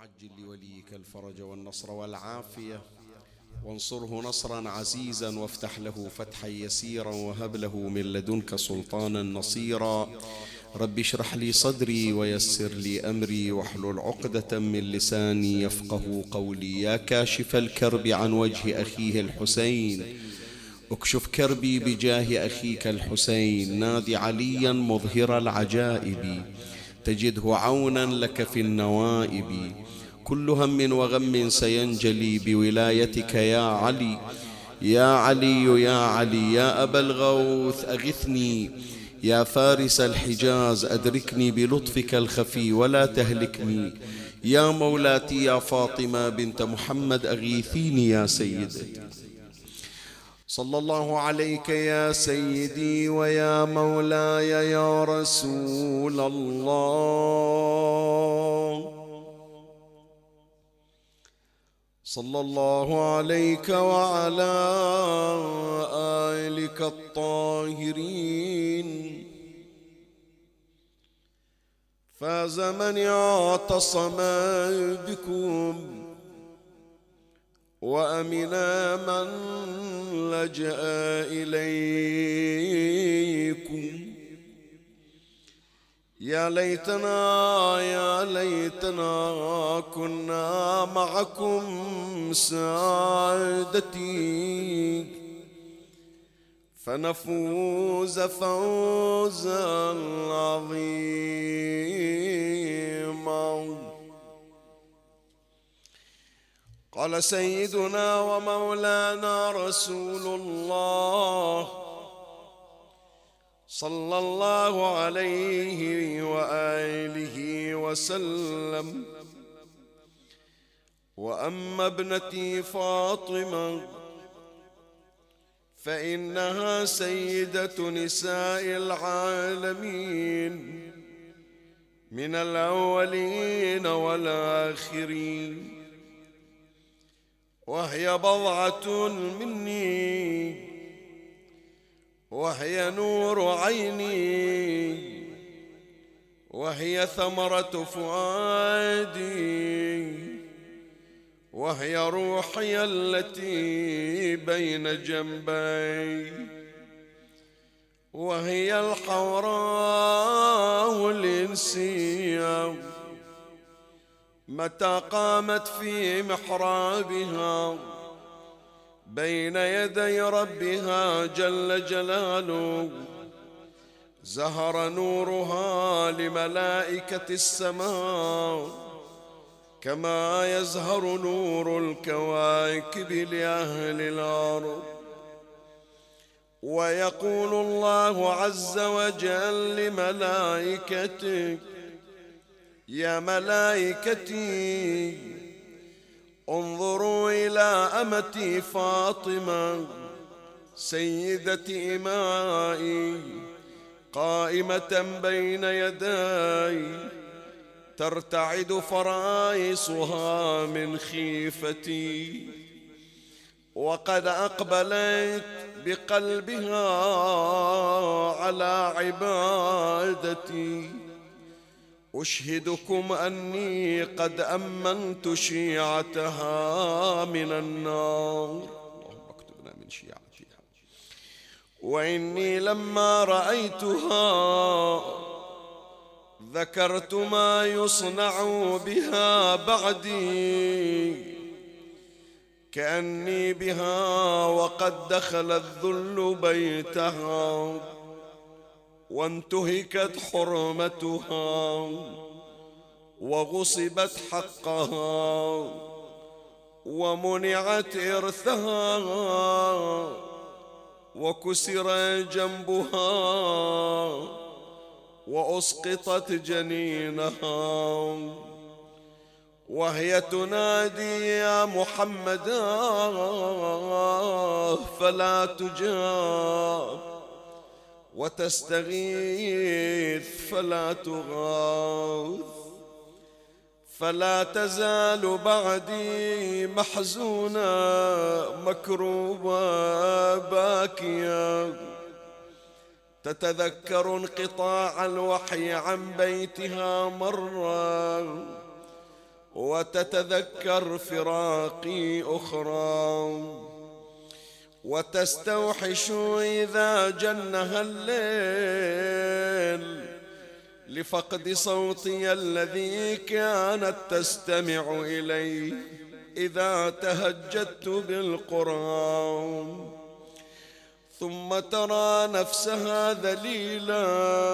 عجل لوليك الفرج والنصر والعافية، وانصره نصرا عزيزا، وافتح له فتحا يسيرا، وهب له من لدنك سلطانا نصيرا. رب اشرح لي صدري ويسر لي أمري، واحلل عقدة من لساني يفقه قولي. يا كاشف الكرب عن وجه أخيه الحسين، اكشف كربي بجاه أخيك الحسين. نادي عليا مظهر العجائب، تجده عونا لك في النوائب. كل هم وغم سينجلي بولايتك يا علي. يا علي يا علي يا أبا الغوث أغثني، يا فارس الحجاز أدركني بلطفك الخفي ولا تهلكني. يا مولاتي يا فاطمة بنت محمد أغيثيني يا سيدتي. صلى الله عليك يا سيدي ويا مولاي يا رسول الله. صلى الله عليك وعلى آلك الطاهرين. فاز من اعتصم بكم، وأمنا من لجأ إليكم. يا ليتنا يا ليتنا كنا معكم سادتي، فنفوز فوزا عظيما. قال سيدنا ومولانا رسول الله صلى الله عليه وآله وسلم: وأما ابنتي فاطمة فإنها سيدة نساء العالمين من الأولين والآخرين، وهي بضعة مني، وهي نور عيني، وهي ثمرة فؤادي، وهي روحي التي بين جنبي، وهي الحوراء الإنسية. متى قامت في محرابها بين يدي ربها جل جلاله، زهر نورها لملائكة السماء كما يزهر نور الكواكب لأهل الأرض. ويقول الله عز وجل لملائكته: يا ملائكتي انظروا إلى أمتي فاطمة سيدة إمائي قائمة بين يداي، ترتعد فرائصها من خيفتي، وقد أقبلت بقلبها على عبادتي. أشهدكم أني قد أمنت شيعتها من النار، اللهم اكتبنا من شيعتها. وإني لما رأيتها ذكرت ما يصنع بها بعدي، كأني بها وقد دخل الذل بيتها، وانتهكت حرمتها، وغصبت حقها، ومنعت إرثها، وكسر جنبها، وأسقطت جنينها، وهي تنادي يا محمد فلا تجاب، وتستغيث فلا تغاث. فلا تزال بعدي محزونة مكروبة باكية، تتذكر انقطاع الوحي عن بيتها مرة، وتتذكر فراقي أخرى، وتستوحش إذا جنها الليل لفقد صوتي الذي كانت تستمع إليه إذا تهجدت بالقرآن. ثم ترى نفسها ذليلا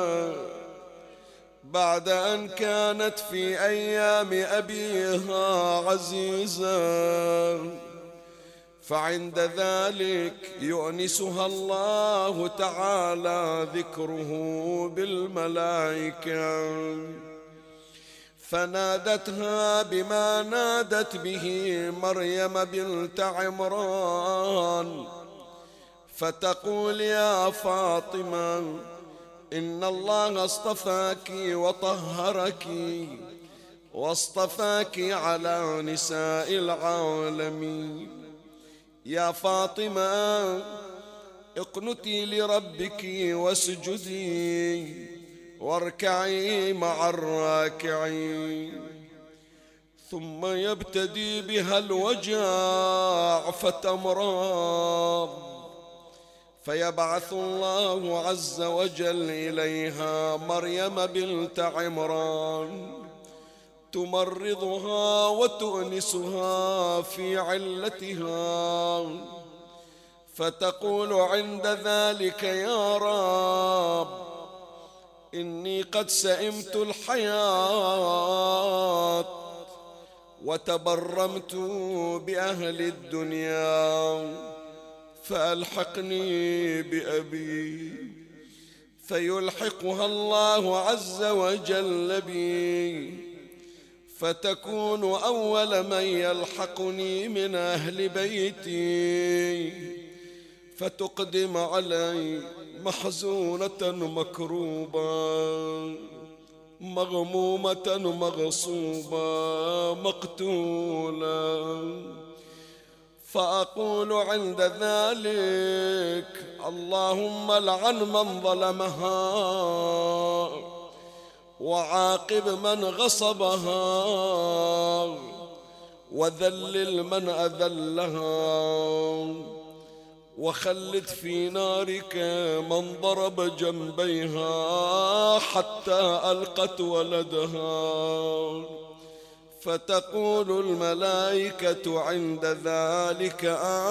بعد أن كانت في أيام أبيها عزيزة، فعند ذلك يؤنسها الله تعالى ذكره بالملائكة، فنادتها بما نادت به مريم بنت عمران، فتقول يا فاطمة إن الله اصطفاك وطهرك واصطفاك على نساء العالمين. يا فاطمة اقنتي لربك واسجدي واركعي مع الراكعين. ثم يبتدي بها الوجع فتمرض، فيبعث الله عز وجل إليها مريم بنت عمران تمرضها وتؤنسها في علتها، فتقول عند ذلك يا رب إني قد سئمت الحياة وتبرمت بأهل الدنيا، فألحقني بأبي. فيلحقها الله عز وجل بي، فتكون أول من يلحقني من أهل بيتي، فتقدم علي محزونة مكروبة مغمومة مغصوبة مقتولة، فأقول عند ذلك اللهم لعن من ظلمها وعاقب من غصبها وذلل من أذلها، وخلد في نارك من ضرب جنبيها حتى ألقت ولدها. فتقول الملائكة عند ذلك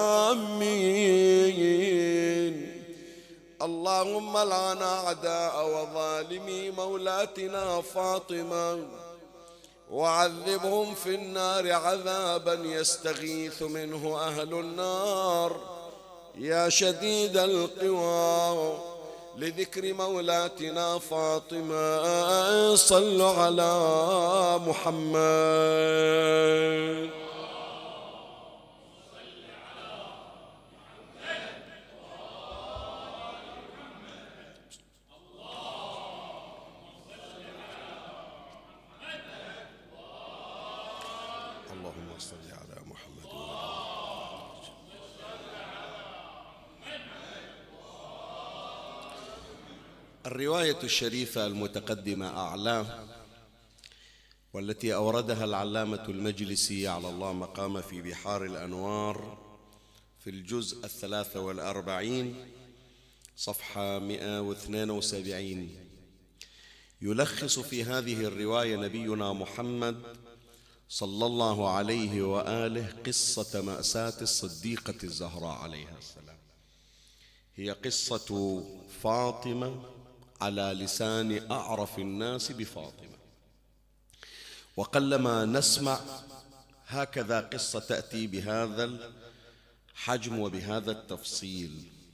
آمين. اللهم لعن أعداء وظالمي مولاتنا فاطمة وعذبهم في النار عذابا يستغيث منه أهل النار يا شديد القوى. لذكر مولاتنا فاطمة صلوا على محمد. اللهم صل على محمد. الرواية الشريفة المتقدمة أعلاه، والتي أوردها العلامة المجلسي على الله مقام في بحار الأنوار في الجزء 43 صفحة 172، يلخص في هذه الرواية نبينا محمد صلى الله عليه وآله قصة مأساة الصديقة الزهراء عليها السلام. هي قصة فاطمة على لسان أعرف الناس بفاطمة، وقلما نسمع هكذا قصة تأتي بهذا الحجم وبهذا التفصيل.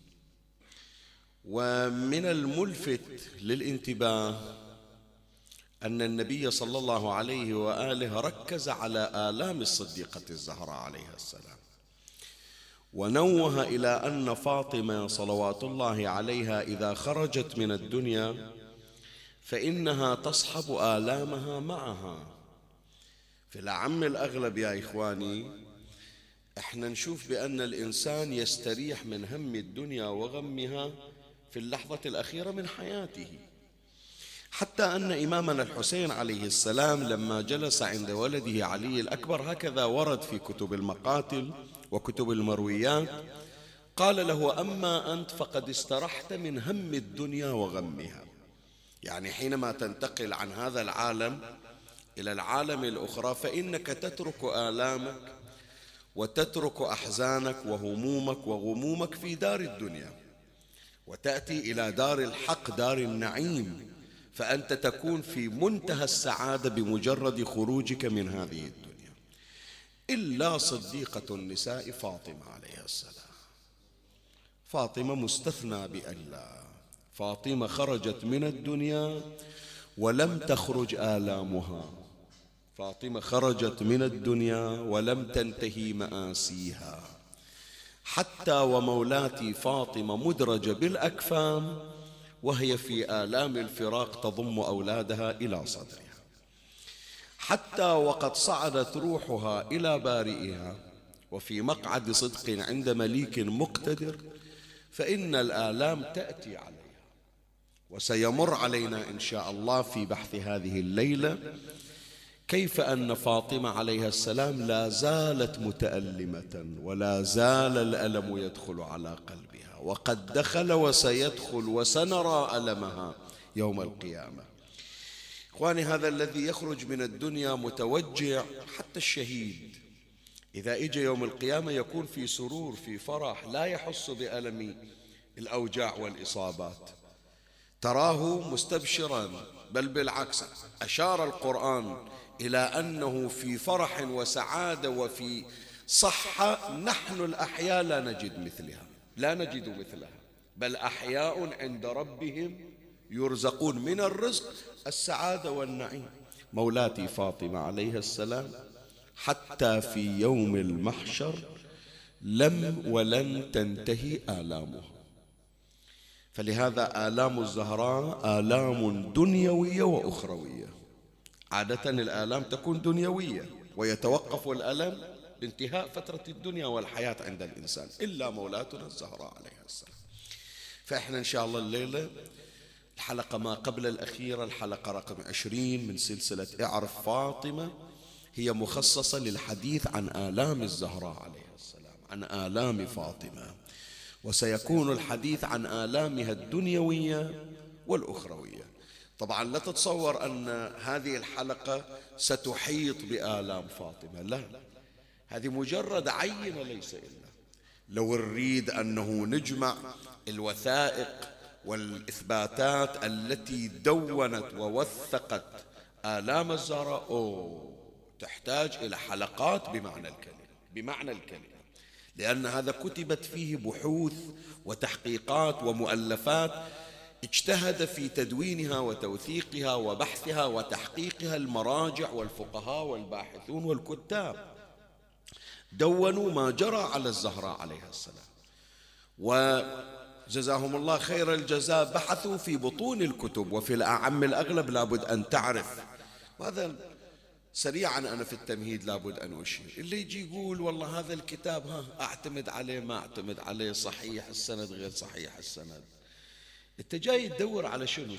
ومن الملفت للانتباه أن النبي صلى الله عليه وآله ركز على آلام الصديقة الزهراء عليها السلام، ونوه إلى أن فاطمة صلوات الله عليها إذا خرجت من الدنيا فإنها تصحب آلامها معها. في العم الأغلب يا إخواني احنا نشوف بأن الإنسان يستريح من هم الدنيا وغمها في اللحظة الأخيرة من حياته، حتى أن إمامنا الحسين عليه السلام لما جلس عند ولده علي الأكبر، هكذا ورد في كتب المقاتل وكتب المرويات، قال له: أما أنت فقد استرحت من هم الدنيا وغمها. يعني حينما تنتقل عن هذا العالم إلى العالم الأخرى فإنك تترك آلامك وتترك أحزانك وهمومك وغمومك في دار الدنيا، وتأتي إلى دار الحق، دار النعيم، فأنت تكون في منتهى السعادة بمجرد خروجك من هذه الدنيا. إلا صديقة النساء فاطمة عليها السلام. فاطمة مستثنى بألا. فاطمة خرجت من الدنيا ولم تخرج آلامها. فاطمة خرجت من الدنيا ولم تنتهي مآسيها، حتى ومولاتي فاطمة مدرجة بالأكفان وهي في آلام الفراق تضم أولادها إلى صدرها، حتى وقد صعدت روحها إلى بارئها وفي مقعد صدق عند مليك مقتدر، فإن الآلام تأتي عليها. وسيمر علينا إن شاء الله في بحث هذه الليلة كيف أن فاطمة عليها السلام لا زالت متألمة ولا زال الألم يدخل على قلبها، وقد دخل وسيدخل وسنرى ألمها يوم القيامة. إخواني، هذا الذي يخرج من الدنيا متوجع، حتى الشهيد إذا إجى يوم القيامة يكون في سرور، في فرح، لا يحس بألم الأوجاع والإصابات، تراه مستبشرا، بل بالعكس أشار القرآن إلى أنه في فرح وسعادة وفي صحة. نحن الأحياء لا نجد مثلها، لا نجد مثلها، بل أحياء عند ربهم يرزقون من الرزق السعادة والنعيم. مولاتي فاطمة عليها السلام حتى في يوم المحشر لم ولن تنتهي آلامها. فلهذا آلام الزهراء آلام دنيوية وأخروية. عادة الآلام تكون دنيوية ويتوقف الألم بانتهاء فترة الدنيا والحياة عند الإنسان، إلا مولاتنا الزهراء عليها السلام. فإحنا إن شاء الله الليلة الحلقة ما قبل الأخيرة، الحلقة رقم 20 من سلسلة اعرف فاطمة، هي مخصصة للحديث عن آلام الزهراء عليها السلام، عن آلام فاطمة، وسيكون الحديث عن آلامها الدنيوية والأخروية. طبعا لا تتصور أن هذه الحلقة ستحيط بآلام فاطمة، لا، هذه مجرد عينة ليس إلا. لو نريد أنه نجمع الوثائق والإثباتات التي دونت ووثقت آلام الزهراء تحتاج إلى حلقات بمعنى الكلمة، بمعنى الكلمة، لأن هذا كتبت فيه بحوث وتحقيقات ومؤلفات اجتهد في تدوينها وتوثيقها وبحثها وتحقيقها المراجع والفقهاء والباحثون والكتاب، دونوا ما جرى على الزهراء عليها السلام، وجزاهم الله خير الجزاء بحثوا في بطون الكتب وفي الأعم الأغلب لابد أن تعرف. وهذا سريعا أنا في التمهيد لابد أن أشير، اللي يجي يقول والله هذا الكتاب أعتمد عليه ما أعتمد عليه، صحيح السند غير صحيح السند، أنت جاي تدور على شنو؟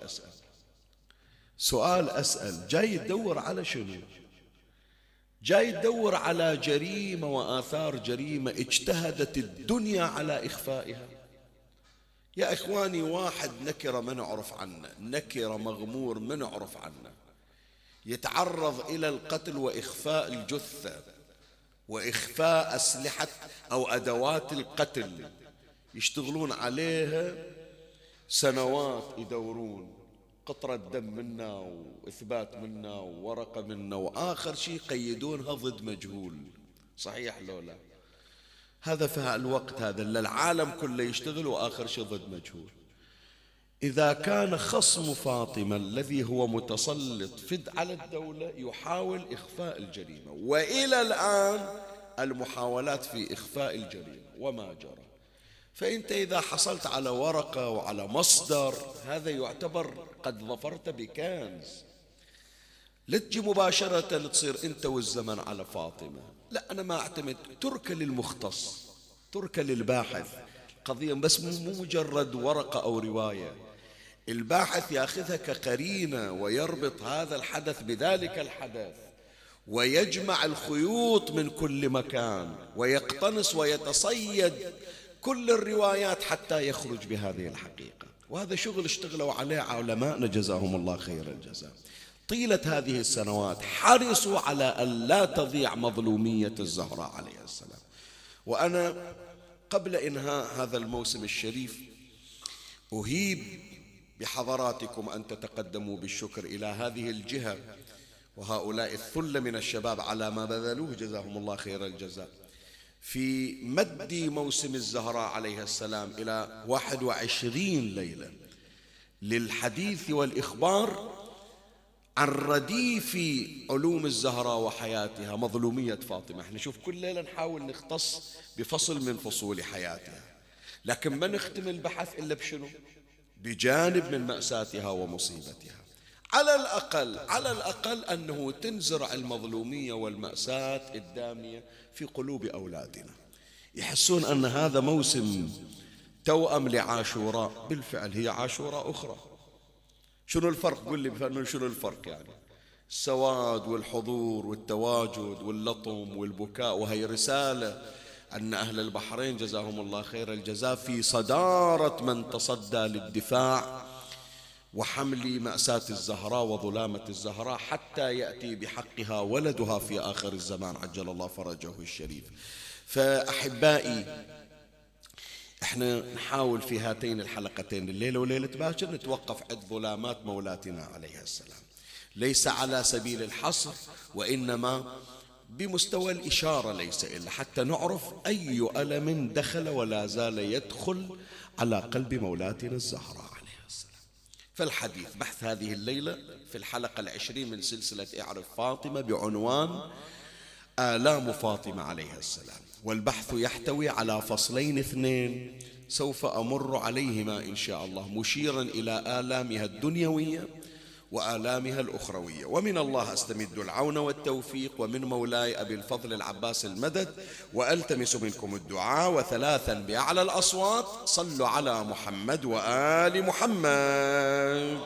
سؤال أسأل، جاي تدور على شنو؟ جاي تدور على جريمة وآثار جريمة اجتهدت الدنيا على إخفائها؟ يا إخواني، واحد نكرة ما نعرف عنه، نكرة مغمور ما نعرف عنه، يتعرض إلى القتل وإخفاء الجثة وإخفاء أسلحة أو أدوات القتل، يشتغلون عليها سنوات، يدورون قطرة دم منا وإثبات منا وورقة منا، وآخر شيء قيدونها ضد مجهول. صحيح لو لا؟ هذا في الوقت هذا اللي العالم كله يشتغل وآخر شيء ضد مجهول. إذا كان خصم فاطمة الذي هو متسلط فد على الدولة يحاول إخفاء الجريمة، وإلى الآن المحاولات في إخفاء الجريمة وما جرى، فأنت إذا حصلت على ورقة وعلى مصدر هذا يعتبر قد ظفرت بكنز. لا تجي مباشرة تصير أنت والزمن على فاطمة، لا، أنا ما أعتمد، ترك للمختص، ترك للباحث، قضية بس مو مجرد ورقة أو رواية. الباحث يأخذها كقرينة ويربط هذا الحدث بذلك الحدث، ويجمع الخيوط من كل مكان، ويقتنص ويتصيد كل الروايات حتى يخرج بهذه الحقيقة. وهذا شغل اشتغلوا عليه علماءنا جزاهم الله خير الجزاء طيلة هذه السنوات، حرصوا على أن لا تضيع مظلومية الزهراء عليه السلام. وأنا قبل إنهاء هذا الموسم الشريف أهيب بحضراتكم أن تتقدموا بالشكر إلى هذه الجهة وهؤلاء الثلة من الشباب على ما بذلوه جزاهم الله خير الجزاء في مد موسم الزهراء عليه السلام إلى 21 ليلة للحديث والإخبار عن رديف علوم الزهراء وحياتها، مظلومية فاطمة. احنا نشوف كل ليلة نحاول نختص بفصل من فصول حياتها، لكن ما نختم البحث إلا بشنو؟ بجانب من مأساتها ومصيبتها. على الأقل أنه تنزرع المظلومية والمأساة الدامية في قلوب أولادنا، يحسون أن هذا موسم توأم لعاشوراء. بالفعل هي عاشوراء أخرى. شنو الفرق؟ قل لي شنو الفرق؟ يعني السواد والحضور والتواجد واللطم والبكاء. وهي رسالة أن أهل البحرين جزاهم الله خير الجزاء في صدارة من تصدى للدفاع وحمل مأساة الزهراء وظلامة الزهراء حتى يأتي بحقها ولدها في آخر الزمان عجل الله فرجه الشريف. فأحبائي، احنا نحاول في هاتين الحلقتين الليلة وليلة باكر نتوقف عند ظلامات مولاتنا عليها السلام، ليس على سبيل الحصر وإنما بمستوى الإشارة، ليس إلا حتى نعرف أي ألم دخل ولا زال يدخل على قلب مولاتنا الزهراء عليها السلام. فالحديث بحث هذه الليلة في الحلقة 20 من سلسلة اعرف فاطمة بعنوان آلام فاطمة عليها السلام، والبحث يحتوي على فصلين اثنين سوف أمر عليهما إن شاء الله، مشيرا إلى آلامها الدنيوية وآلامها الأخروية. ومن الله أستمد العون والتوفيق، ومن مولاي أبي الفضل العباس المدد، وألتمس منكم الدعاء. وثلاثا بأعلى الأصوات صلوا على محمد وآل محمد.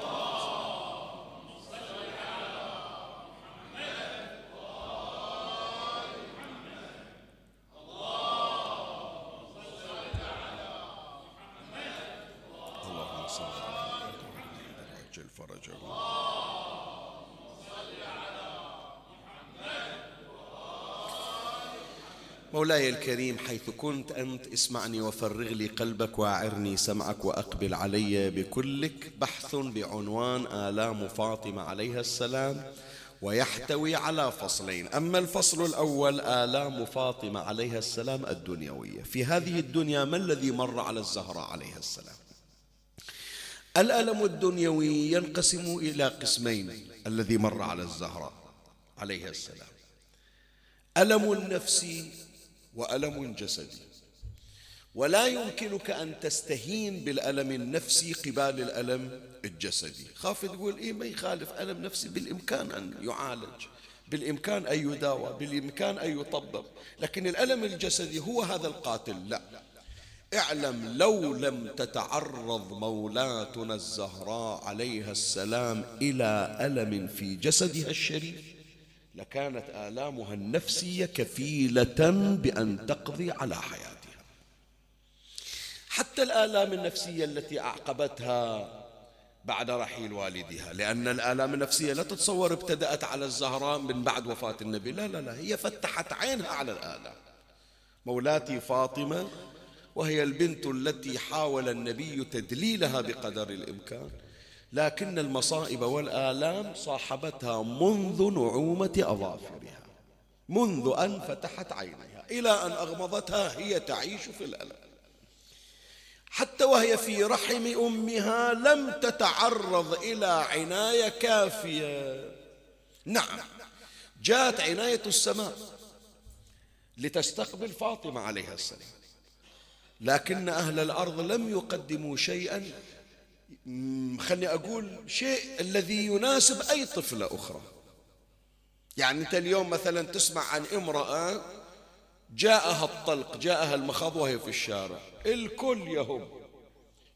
مولاي الكريم، حيث كنت أنت اسمعني وفرغ لي قلبك وأعرني سمعك وأقبل علي بكلك. بحث بعنوان آلام فاطمة عليها السلام، ويحتوي على فصلين. أما الفصل الأول آلام فاطمة عليها السلام الدنيوية. في هذه الدنيا ما الذي مر على الزهراء عليها السلام؟ الألم الدنيوي ينقسم إلى قسمين الذي مر على الزهراء عليها السلام: ألم نفسي وألم جسدي. ولا يمكنك أن تستهين بالألم النفسي قبال الألم الجسدي. خاف تقول إيه ما يخالف، ألم نفسي بالإمكان أن يعالج، بالإمكان أن يداوى، بالإمكان أن يطبب، لكن الألم الجسدي هو هذا القاتل. لا، اعلم لو لم تتعرض مولاتنا الزهراء عليها السلام إلى ألم في جسدها الشريف لكانت آلامها النفسية كفيلة بأن تقضي على حياتها. حتى الآلام النفسية التي أعقبتها بعد رحيل والدها، لأن الآلام النفسية لا تتصور ابتدأت على الزهراء من بعد وفاة النبي، لا لا لا، هي فتحت عينها على الآلام. مولاتي فاطمة وهي البنت التي حاول النبي تدليلها بقدر الإمكان، لكن المصائب والآلام صاحبتها منذ نعومة أظافرها، منذ أن فتحت عينها إلى أن أغمضتها هي تعيش في الألم. حتى وهي في رحم أمها لم تتعرض إلى عناية كافية. نعم، جاءت عناية السماء لتستقبل فاطمة عليها السلام، لكن أهل الأرض لم يقدموا شيئا، خلني أقول شيء الذي يناسب أي طفلة أخرى. يعني أنت اليوم مثلا تسمع عن امرأة جاءها الطلق، جاءها المخاض وهي في الشارع، الكل يهب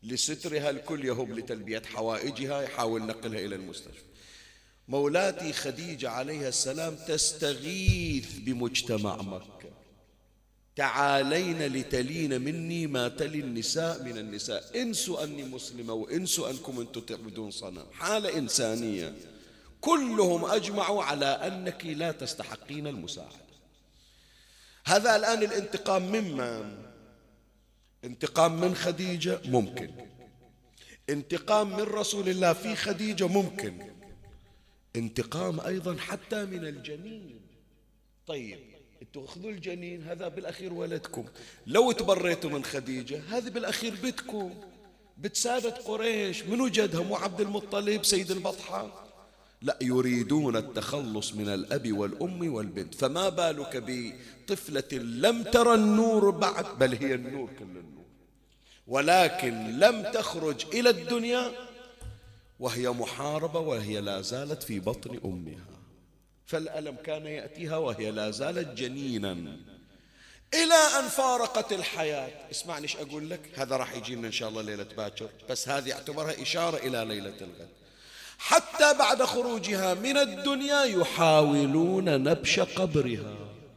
لسترها الكل يهب لتلبية حوائجها، يحاول نقلها إلى المستشفى. مولاتي خديجة عليها السلام تستغيث بمجتمع مكة: تعالين لتلين مني ما تلي النساء من النساء، انسوا أني مسلمة وانسوا أنكم أنتم تعبدون صنم. حالة إنسانية، كلهم أجمعوا على أنك لا تستحقين المساعدة. هذا الآن الانتقام ممن؟ انتقام من خديجة ممكن، انتقام من رسول الله في خديجة ممكن، انتقام أيضا حتى من الجنين. طيب انتوا خذوا الجنين، هذا بالأخير ولدكم، لو تبريتوا من خديجة هذه بالأخير بتكم، بتسادة قريش، منو جدها؟ مو عبد المطلب سيد البطحة؟ لا، يريدون التخلص من الأب والأم والبنت، فما بالك بطفلة لم ترى النور بعد، بل هي النور كل النور، ولكن لم تخرج إلى الدنيا وهي محاربة وهي لا زالت في بطن أمها، فالألم كان يأتيها وهي لا زالت جنينا إلى أن فارقت الحياة. اسمعني ايش أقول لك، هذا راح يجينا إن شاء الله ليلة باكر، بس هذه اعتبرها إشارة إلى ليلة الغد. حتى بعد خروجها من الدنيا يحاولون نبش قبرها.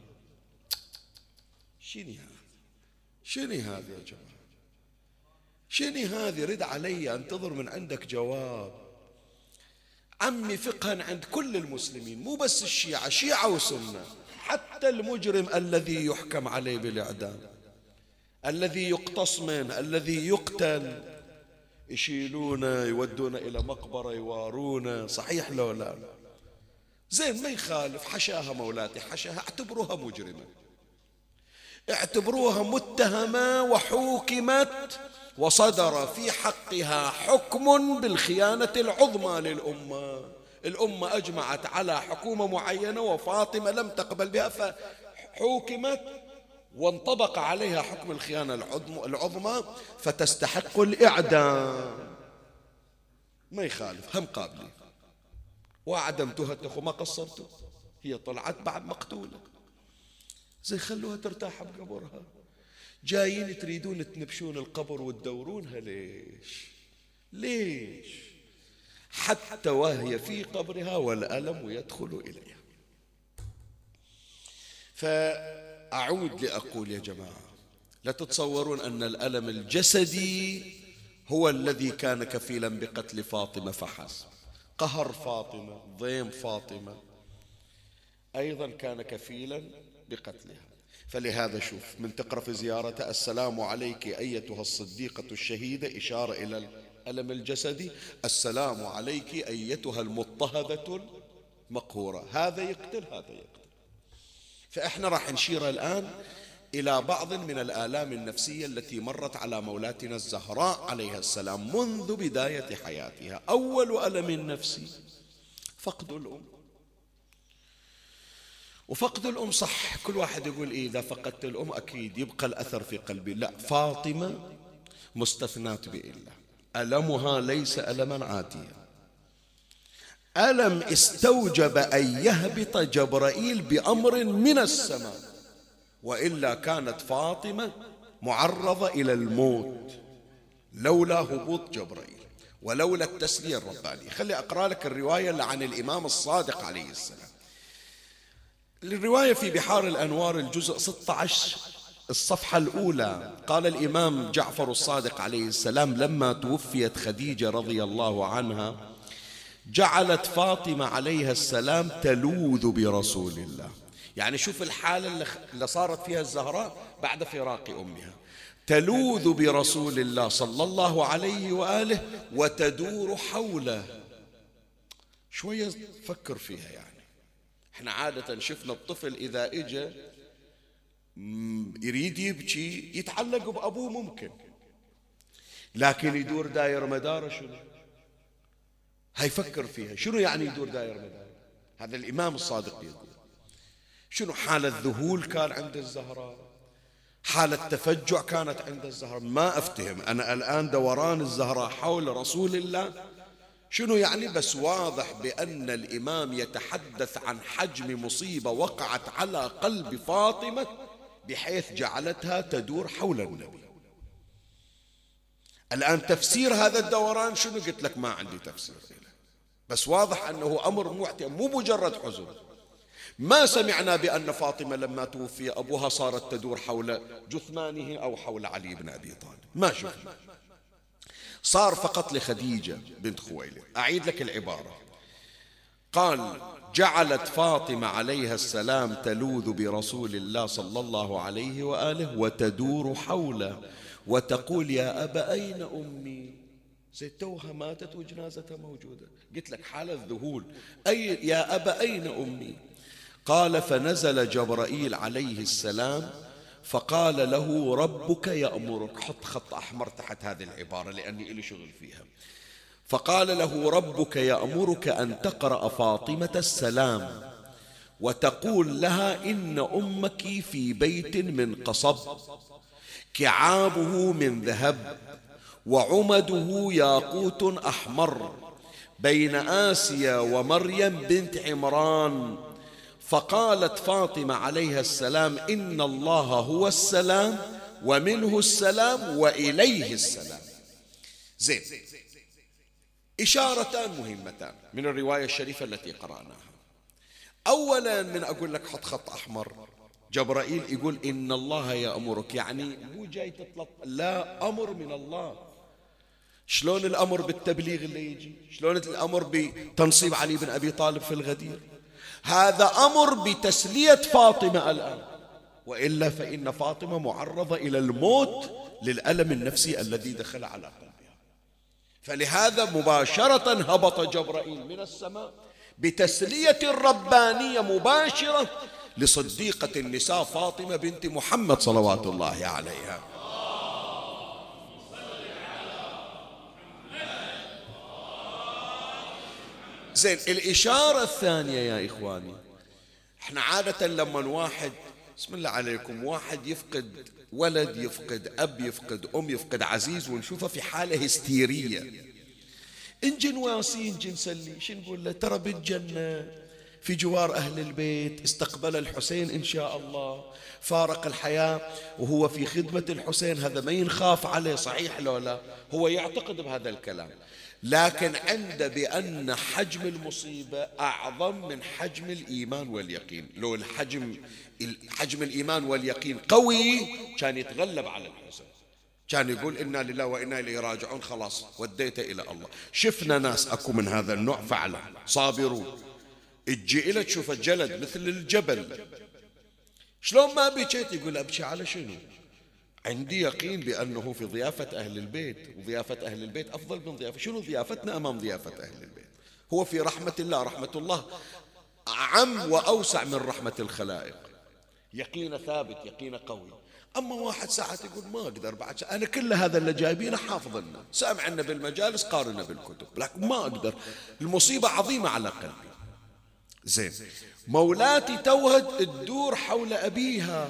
شنو هذا يا جماعة؟ شنو هذه؟ رد علي، انتظر من عندك جواب. عمي فقها عند كل المسلمين، مو بس الشيعة، شيعة وسنة، حتى المجرم الذي يحكم عليه بالإعدام، الذي يقتص منه، الذي يقتل، يشيلونه يودونه إلى مقبرة يوارونه، صحيح لو لا؟ زين، ما يخالف، حشاها مولاتي حشاها، اعتبروها مجرمة، اعتبروها متهمة وحوكمت وصدر في حقها حكم بالخيانة العظمى للأمة. الأمة أجمعت على حكومة معينة وفاطمة لم تقبل بها، فحوكمت وانطبق عليها حكم الخيانة العظمى، فتستحق الإعدام. ما يخالف، هم قابلين. وأعدمتها تخو، ما قصرتوا، هي طلعت بعد مقتولة، زي خلوها ترتاح بقبرها. جايين تريدون تنبشون القبر وتدورونها، ليش؟ حتى وهي في قبرها والألم يدخل إليها. فأعود لأقول يا جماعة، لا تتصورون أن الألم الجسدي هو الذي كان كفيلا بقتل فاطمة فحسب. قهر فاطمة، ضيم فاطمة أيضا كان كفيلا بقتلها. فلهذا شوف، من تقرأ في زيارته: السلام عليك أيتها الصديقة الشهيدة، إشارة إلى الألم الجسدي، السلام عليك أيتها المضطهدة المقهورة، هذا يقتل هذا يقتل. فإحنا راح نشير الآن إلى بعض من الآلام النفسية التي مرت على مولاتنا الزهراء عليها السلام منذ بداية حياتها. أول ألم نفسي فقد الأم. وفقد الأم صح، كل واحد يقول إذا فقدت الأم أكيد يبقى الأثر في قلبي، لا، فاطمة مستثنات بإلا، ألمها ليس ألما عاتيا، ألم استوجب أن يهبط جبرائيل بأمر من السماء، وإلا كانت فاطمة معرضة إلى الموت لولا هبوط جبرائيل ولولا التسلية الربانية. خلي أقرأ لك الرواية اللي عن الإمام الصادق عليه السلام. الرواية في بحار الأنوار الجزء 16 الصفحة الأولى. قال الإمام جعفر الصادق عليه السلام: لما توفيت خديجة رضي الله عنها جعلت فاطمة عليها السلام تلوذ برسول الله. يعني شوف الحالة اللي صارت فيها الزهراء بعد فراق أمها، تلوذ برسول الله صلى الله عليه وآله وتدور حوله. شوية فكر فيها، يعني احنا عادة شفنا الطفل إذا إجا يريد يبكي يتعلق بأبوه ممكن، لكن يدور داير مداره شنو؟ هيفكر فيها، شنو يعني يدور داير مداره؟ هذا الإمام الصادق يقول. شنو حالة ذهول كان عند الزهراء، حالة تفجع كانت عند الزهراء. ما أفتهم أنا الآن دوران الزهراء حول رسول الله شنو يعني، بس واضح بأن الإمام يتحدث عن حجم مصيبة وقعت على قلب فاطمة بحيث جعلتها تدور حول النبي. الآن تفسير هذا الدوران شنو؟ قلت لك ما عندي تفسير له، بس واضح أنه أمر مو مجرد حزن. ما سمعنا بأن فاطمة لما توفي أبوها صارت تدور حول جثمانه أو حول علي بن أبي طالب، ما شفنا. صار فقط لخديجة بنت خويلد. أعيد لك العبارة. قال: جعلت فاطمة عليها السلام تلوذ برسول الله صلى الله عليه وآله وتدور حوله وتقول: يا أبا أين أمي؟ توها ماتت وجنازتها موجودة. قلت لك حالة ذهول. أي يا أبا أين أمي؟ قال: فنزل جبرائيل عليه السلام فقال له: ربك يأمرك. حط خط أحمر تحت هذه العبارة لأني إلي شغل فيها. فقال له: ربك يأمرك أن تقرأ فاطمة السلام وتقول لها: إن أمك في بيت من قصب، كعابه من ذهب، وعمده ياقوت أحمر، بين آسيا ومريم بنت عمران. فقالت فاطمة عليها السلام: إن الله هو السلام ومنه السلام وإليه السلام. زين، إشارتان مهمتان من الرواية الشريفة التي قرأناها. أولا، من أقول لك حط خط أحمر، جبرائيل يقول: إن الله يأمرك، يعني مو جاي تطلق، لا، أمر من الله. شلون الأمر بالتبليغ اللي يجي؟ شلون الأمر بتنصيب علي بن أبي طالب في الغدير؟ هذا أمر بتسلية فاطمة الآن، وإلا فإن فاطمة معرضة إلى الموت للألم النفسي الذي دخل على قلبها. فلهذا مباشرة هبط جبرائيل من السماء بتسلية ربانية مباشرة لصديقة النساء فاطمة بنت محمد صلوات الله عليها. زين، الإشارة الثانية يا إخواني، احنا عادة لما واحد، بسم الله عليكم، واحد يفقد ولد، يفقد أب، يفقد أم، يفقد عزيز، ونشوفه في حالة هستيرية، إنجي نواسي، إنجي نسلي، شو نقول له؟ ترى بالجنة في جوار أهل البيت، استقبل الحسين إن شاء الله، فارق الحياة وهو في خدمة الحسين، هذا ما ينخاف عليه، صحيح لو لا؟ هو يعتقد بهذا الكلام، لكن عنده بأن حجم المصيبة أعظم من حجم الإيمان واليقين. لو حجم الإيمان واليقين قوي كان يتغلب على الحسين، كان يقول: إنا لله وإنا إليه راجعون، خلاص وديته إلى الله. شفنا ناس أكو من هذا النوع فعلا صابرون، تجي إلى تشوف الجلد مثل الجبل، شلون ما بكيت؟ يقول: أبكي على شنو؟ عندي يقين بأنه في ضيافة أهل البيت، وضيافة أهل البيت أفضل من ضيافة، شنو ضيافتنا أمام ضيافة أهل البيت؟ هو في رحمة الله، رحمة الله أعم وأوسع من رحمة الخلائق. يقين ثابت، يقين قوي. أما واحد ساعة يقول: ما أقدر بعد، أنا كل هذا اللي جايبينه حافظنا، سامعنا بالمجالس، قارنا بالكتب، لكن ما أقدر، المصيبة عظيمة على قلبي. زين، مولاتي توها تدور حول أبيها،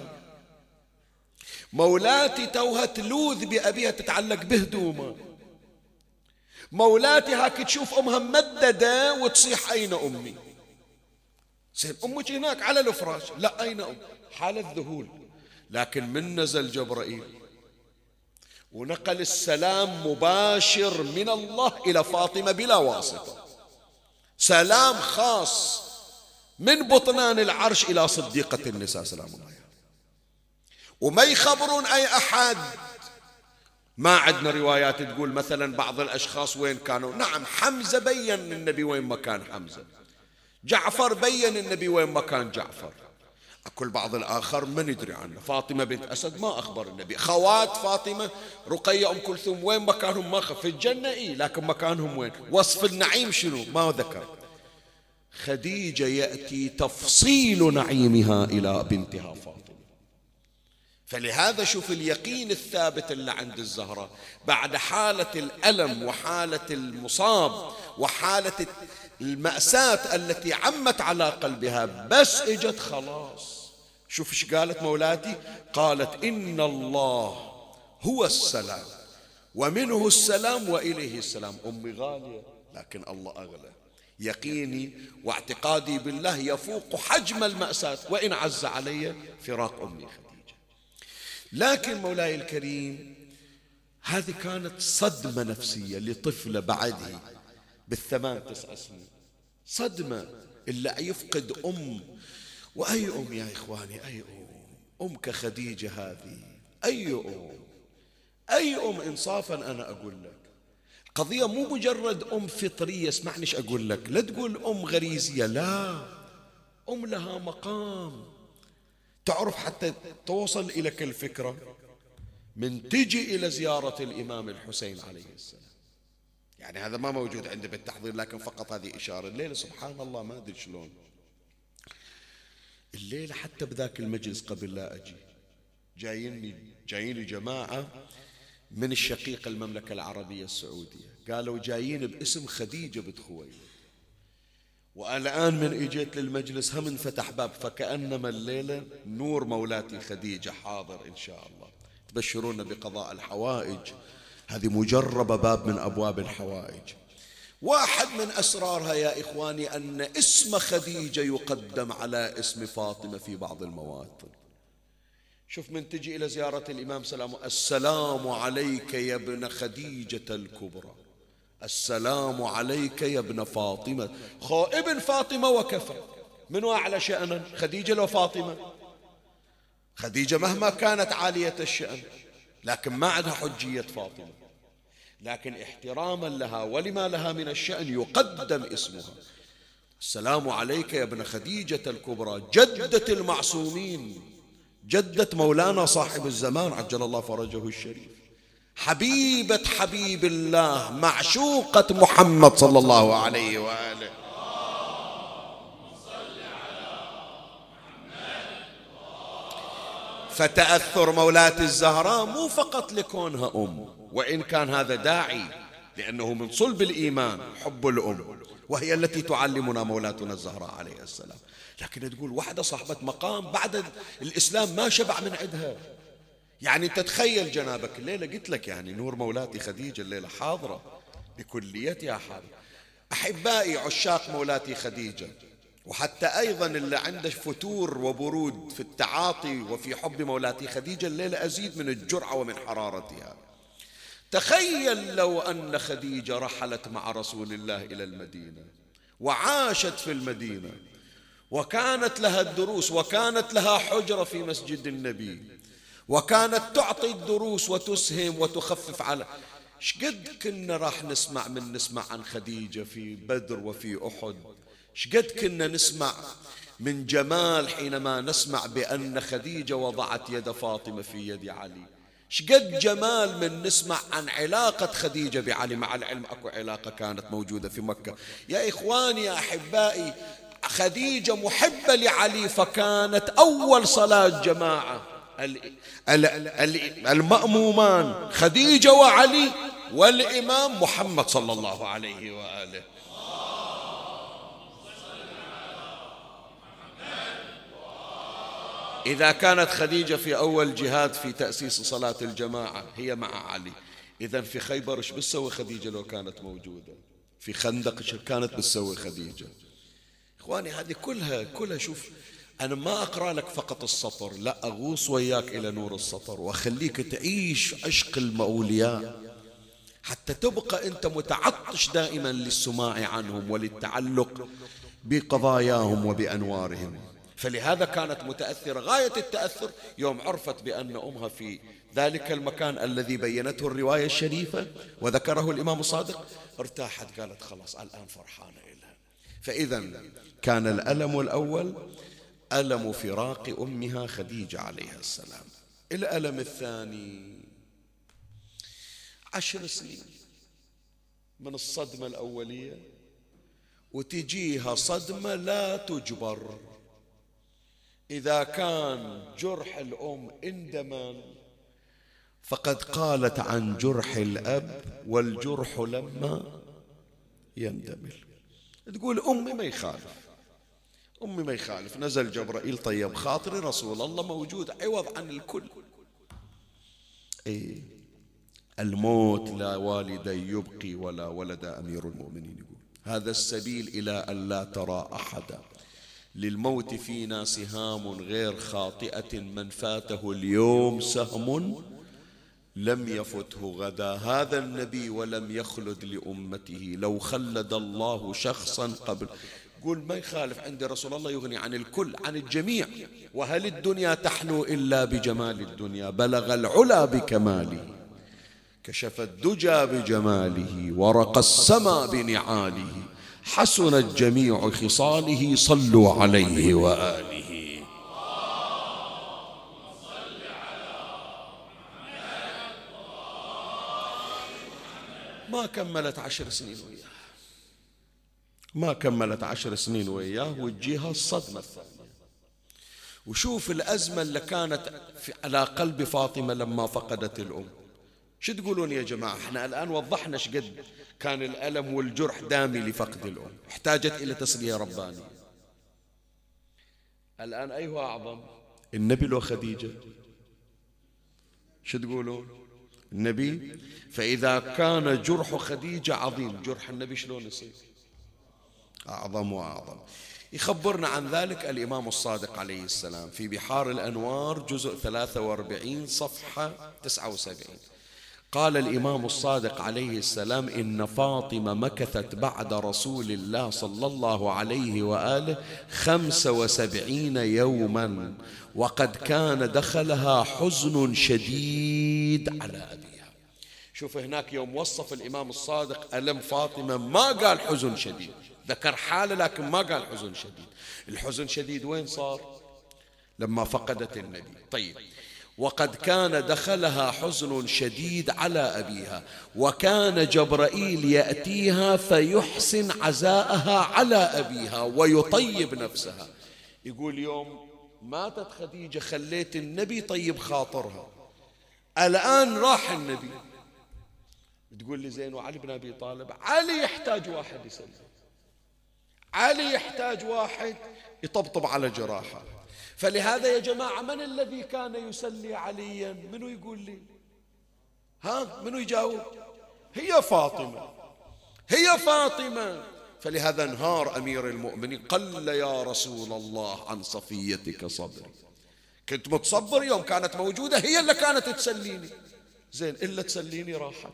مولاتي توها تلوذ بأبيها، تتعلق بهدومه، مولاتي هاك تشوف أمها ممددة وتصيح: أين أمي؟ زين، أمك هناك على الفراش، لا، أين أم؟ حالة ذهول. لكن من نزل جبرائيل ونقل السلام مباشر من الله إلى فاطمة بلا واسطة، سلام خاص من بطنان العرش إلى صديقة النساء سلام الله عليها، وما يخبرون أي أحد. ما عندنا روايات تقول مثلا بعض الأشخاص وين كانوا. نعم، حمزة بين النبي وين مكان حمزة، جعفر بين النبي وين مكان جعفر، أكل بعض الآخر ما ندري عنه. فاطمة بنت أسد ما أخبر النبي، خوات فاطمة رقية أم كلثوم وين مكانهم؟ ما في الجنة لكن مكانهم وين؟ وصف النعيم شنو؟ ما ذكر. خديجة يأتي تفصيل نعيمها إلى بنتها فاطمة. فلهذا شوف اليقين الثابت اللي عند الزهرة بعد حالة الألم وحالة المصاب وحالة المأساة التي عمت على قلبها، بس اجت خلاص. شوف ايش قالت مولاتي؟ قالت: إن الله هو السلام ومنه السلام وإليه السلام. أمي غالية لكن الله أغلى، يقيني واعتقادي بالله يفوق حجم المأساة وإن عز علي فراق أمي خديجة. لكن مولاي الكريم، هذه كانت صدمة نفسية لطفلة بعده بالثمان 9 سنين، صدمة إلا يفقد أم. وأي أم يا إخواني، أي أم كخديجة هذه، أي أم إنصافا. أنا أقول لك قضية مو مجرد أم فطرية، اسمعني ايش أقول لك، لا تقول أم غريزية، لا، أم لها مقام. تعرف حتى توصل إليك الفكرة من تجي إلى زيارة الإمام الحسين عليه السلام، يعني هذا ما موجود عندي بالتحضير، لكن فقط هذه إشارة. الليلة سبحان الله ما أدري شلون، الليلة حتى بذاك المجلس قبل لا أجي جايين جماعة من الشقيقة المملكة العربية السعودية، قالوا جايين باسم خديجة بنت خويلد. والآن من إجيت للمجلس هم انفتح باب، فكأنما الليلة نور مولاتي خديجة حاضر إن شاء الله. تبشرون بقضاء الحوائج، هذه مجربة باب من أبواب الحوائج. واحد من أسرارها يا إخواني أن اسم خديجة يقدم على اسم فاطمة في بعض المواطن. شوف من تجي إلى زيارة الإمام السلام عليك يا ابن خديجة الكبرى، السلام عليك يا ابن فاطمة. ابن فاطمة وكفى، من أعلى شأنا، خديجة لو فاطمة؟ خديجة مهما كانت عالية الشأن لكن ما عندها حجية فاطمة، لكن احتراما لها ولما لها من الشأن يقدم اسمها. السلام عليك يا ابن خديجة الكبرى، جدة المعصومين، جدة مولانا صاحب الزمان عجل الله فرجه الشريف، حبيبة حبيب الله، معشوقة محمد صلى الله عليه وآله. فتأثر مولاة الزهراء مو فقط لكونها أم، وإن كان هذا داعي لأنه من صلب الإيمان حب الأم، وهي التي تعلمنا مولاتنا الزهراء عليه السلام، لكن تقول واحدة صاحبة مقام بعد الإسلام ما شبع من عندها. يعني تتخيل جنابك الليلة، قلت لك يعني نور مولاتي خديجة الليلة حاضرة بكليتها حاضرة. أحبائي عشاق مولاتي خديجة، وحتى أيضا اللي عنده فتور وبرود في التعاطي وفي حب مولاتي خديجة الليلة أزيد من الجرعة ومن حرارتها. تخيل لو أن خديجة رحلت مع رسول الله إلى المدينة وعاشت في المدينة، وكانت لها الدروس، وكانت لها حجرة في مسجد النبي، وكانت تعطي الدروس وتسهم وتخفف على. شقد كنا راح نسمع عن خديجة في بدر وفي أحد، شقد كنا نسمع من جمال حينما نسمع بأن خديجة وضعت يد فاطمة في يد علي، شقد جمال من نسمع عن علاقة خديجة بعلي، مع العلم أكو علاقة كانت موجودة في مكة. يا إخواني يا أحبائي، خديجة محبة لعلي، فكانت أول صلاة جماعة المأمومان خديجة وعلي، والإمام محمد صلى الله عليه وآله. إذا كانت خديجة في أول جهاد في تأسيس صلاة الجماعة هي مع علي، إذن في خيبر إيش بتسوي خديجة لو كانت موجودة؟ في خندق إيش كانت بتسوي خديجة؟ إخواني هذه كلها شوف، أنا ما أقرأ لك فقط السطر، لا، أغوص وياك إلى نور السطر وأخليك تعيش عشق الأولياء حتى تبقى أنت متعطش دائما للسماع عنهم وللتعلق بقضاياهم وبأنوارهم. فلهذا كانت متأثرة غاية التأثر يوم عرفت بأن أمها في ذلك المكان الذي بينته الرواية الشريفة وذكره الإمام الصادق، ارتاحت، قالت خلاص الآن فرحانة إلها. فإذا كان الألم الأول ألم فراق أمها خديجة عليها السلام. الألم الثاني 10 سنين من الصدمة الأولية وتجيها صدمة لا تجبر. إذا كان جرح الأم اندمل، فقد قالت عن جرح الأب والجرح لما يندمل. تقول أمي ما يخالف، نزل جبرائيل طيب خاطري، رسول الله موجود عوض عن الكل. الموت لا والد يبقي ولا ولد، أمير المؤمنين يقول هذا السبيل إلى أن لا ترى أحدا، للموت فينا سهام غير خاطئة، من فاته اليوم سهم لم يفته غدا هذا النبي ولم يخلد لأمته، لو خلد الله شخصا قبل. قول ما يخالف، عند رسول الله يغني عن الكل عن الجميع. وهل الدنيا تحلو إلا بجمال الدنيا؟ بلغ العلا بكماله، كشف الدجى بجماله، ورقى السما بنعاله، حسنت جميع خصاله، صلوا عليه وآله. ما كملت 10 سنين وياه، ما كملت 10 سنين وياه وتجيها الصدمة الثانية. وشوف الأزمة اللي كانت على قلب فاطمة لما فقدت الأم. شو تقولون يا جماعة؟ احنا الآن وضحنا شقد كان الألم والجرح دامي لفقد الأم، احتاجت إلى تسلية ربانية. الآن أيها أعظم، النبي لو خديجة؟ شو تقولون؟ النبي. فإذا كان جرح خديجة عظيم، جرح النبي شلون يصير؟ أعظم وأعظم. يخبرنا عن ذلك الإمام الصادق عليه السلام في بحار الأنوار جزء 43 صفحة 79. قال الإمام الصادق عليه السلام: إن فاطمة مكثت بعد رسول الله صلى الله عليه وآله 75 يوما، وقد كان دخلها حزن شديد على أبيها. شوف هناك يوم وصف الإمام الصادق ألم فاطمة ما قال حزن شديد، ذكر حالة لكن ما قال حزن شديد. الحزن شديد وين صار؟ لما فقدت النبي. طيب، وقد كان دخلها حزن شديد على أبيها، وكان جبرائيل يأتيها فيحسن عزاءها على أبيها ويطيب نفسها. يقول يوم ماتت خديجة خليت النبي طيب خاطرها، الآن راح النبي. تقول لي زين وعلي بن أبي طالب؟ علي يحتاج واحد يسلم، علي يحتاج واحد يطبطب على جراحه. فلهذا يا جماعة من الذي كان يسلي عليا؟ منو يقول لي؟ ها منو يجاوب؟ هي فاطمة، هي فاطمة. فلهذا انهار أمير المؤمنين، قل يا رسول الله عن صفيتك صبري. كنت متصبر يوم كانت موجودة، هي اللي كانت تسليني. زين إلا تسليني راحت.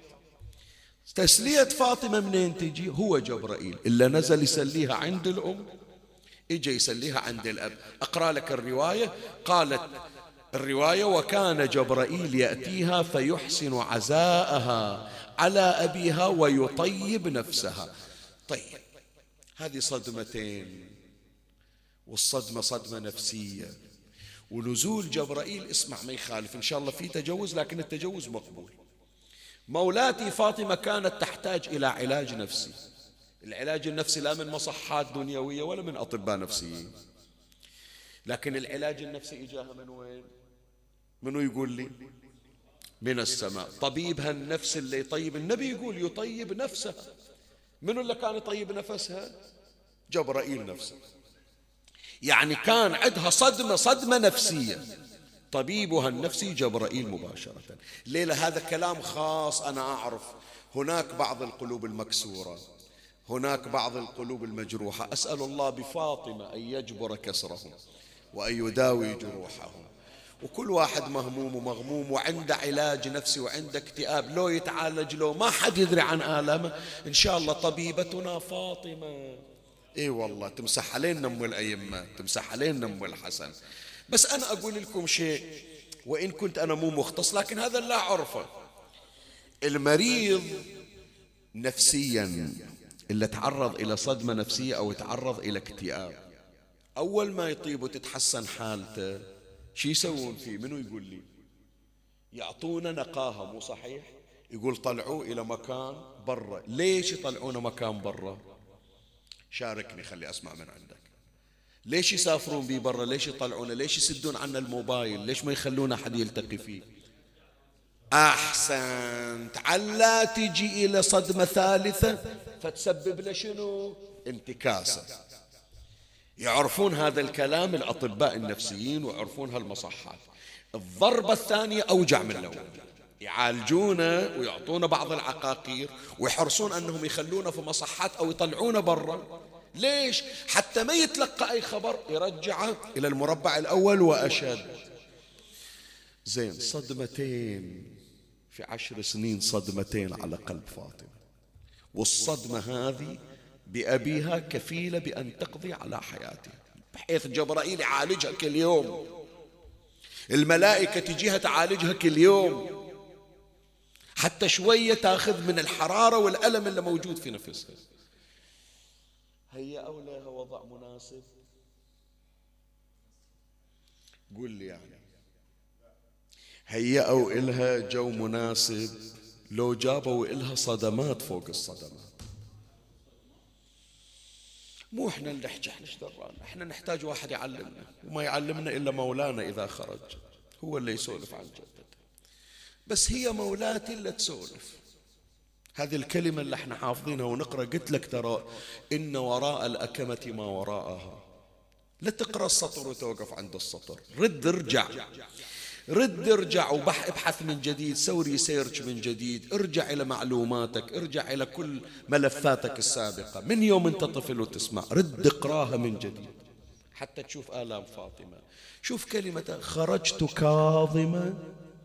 تسلية فاطمة منين تجي؟ هو جبرائيل إلا نزل يسليها عند الأم، إجا يسليها عند الأب. أقرأ لك الرواية. قالت الرواية: وكان جبرائيل يأتيها فيحسن عزاءها على أبيها ويطيب نفسها. طيب، هذه صدمتين، والصدمة صدمة نفسية. ونزول جبرائيل، اسمع ما يخالف إن شاء الله في تجوز، لكن التجوز مقبول. مولاتي فاطمة كانت تحتاج إلى علاج نفسي. العلاج النفسي لا من مصحات دنيوية ولا من أطباء نفسيين، لكن العلاج النفسي إجاها من وين؟ منو يقول لي؟ من السماء. طبيبها النفس اللي يطيب، النبي يقول يطيب نفسها. منو اللي كان يطيب نفسها؟ جبرائيل نفسه. يعني كان عندها صدمة نفسية، طبيبها النفسي جبرائيل مباشرة. ليلة هذا كلام خاص. أنا أعرف هناك بعض القلوب المكسورة، هناك بعض القلوب المجروحة. أسأل الله بفاطمة أن يجبر كسرهم وأن يداوي جروحهم. وكل واحد مهموم ومغموم وعنده علاج نفسي وعنده اكتئاب، لو يتعالج، لو ما حد يدري عن آلامه، إن شاء الله طبيبتنا فاطمة. إيه والله تمسح علينا أم الأئمة، تمسح علينا أم الحسن. بس أنا أقول لكم شيء، وإن كنت أنا مو مختص لكن هذا لا أعرفه. المريض نفسيا اللي تعرض إلى صدمة نفسية أو تعرض إلى اكتئاب، أول ما يطيب وتتحسن حالته شو يسوون فيه؟ منو يقول لي؟ يعطونا نقاهة، مو صحيح؟ يقول طلعوه إلى مكان برا. ليش يطلعونه مكان برا؟ شاركني خلي أسمع من عندك. ليش يسافرون بيه برا؟ ليش يطلعونه؟ ليش يسدون عنا الموبايل؟ ليش ما يخلون أحد يلتقي فيه؟ أحسنت، علا تجي إلى صدمة ثالثة فتسبب له شنو؟ انتكاسة. يعرفون هذا الكلام الأطباء النفسيين ويعرفون هالمصحات. الضربة الثانية أوجع من الأول، يعالجونه ويعطونه بعض العقاقير ويحرصون أنهم يخلونه في مصحات أو يطلعونه برا. ليش؟ حتى ما يتلقى أي خبر يرجعه إلى المربع الأول وأشد. زين، صدمتين في 10 سنين صدمتين على قلب فاطمة، والصدمة هذه بأبيها كفيلة بأن تقضي على حياتها، بحيث جبرائيل يعالجها كل يوم، الملائكة تجيها تعالجها كل يوم، حتى شوية تاخذ من الحرارة والألم اللي موجود في نفسها. هيأوا لها وضع مناسب؟ قول لي يعني، هيأوا إلها جو مناسب لو جابوا إلها صدمات فوق الصدمات؟ مو احنا اللي نحكي، احنا ايش درانا، احنا نحتاج واحد يعلمنا، وما يعلمنا إلا مولانا إذا خرج، هو اللي يسولف عن جدته. بس هي مولاتي اللي تسولف. هذه الكلمة اللي احنا حافظينها ونقرأ، قلت لك ترى إن وراء الأكمة ما وراءها. لا تقرأ السطر وتوقف عند السطر، رد ارجع، رد ارجع وابحث من جديد، سوي ريسيرش من جديد، ارجع إلى معلوماتك، ارجع إلى كل ملفاتك السابقة من يوم أنت طفل وتسمع، رد اقراها من جديد حتى تشوف آلام فاطمة. شوف كلمة خرجت كاظمة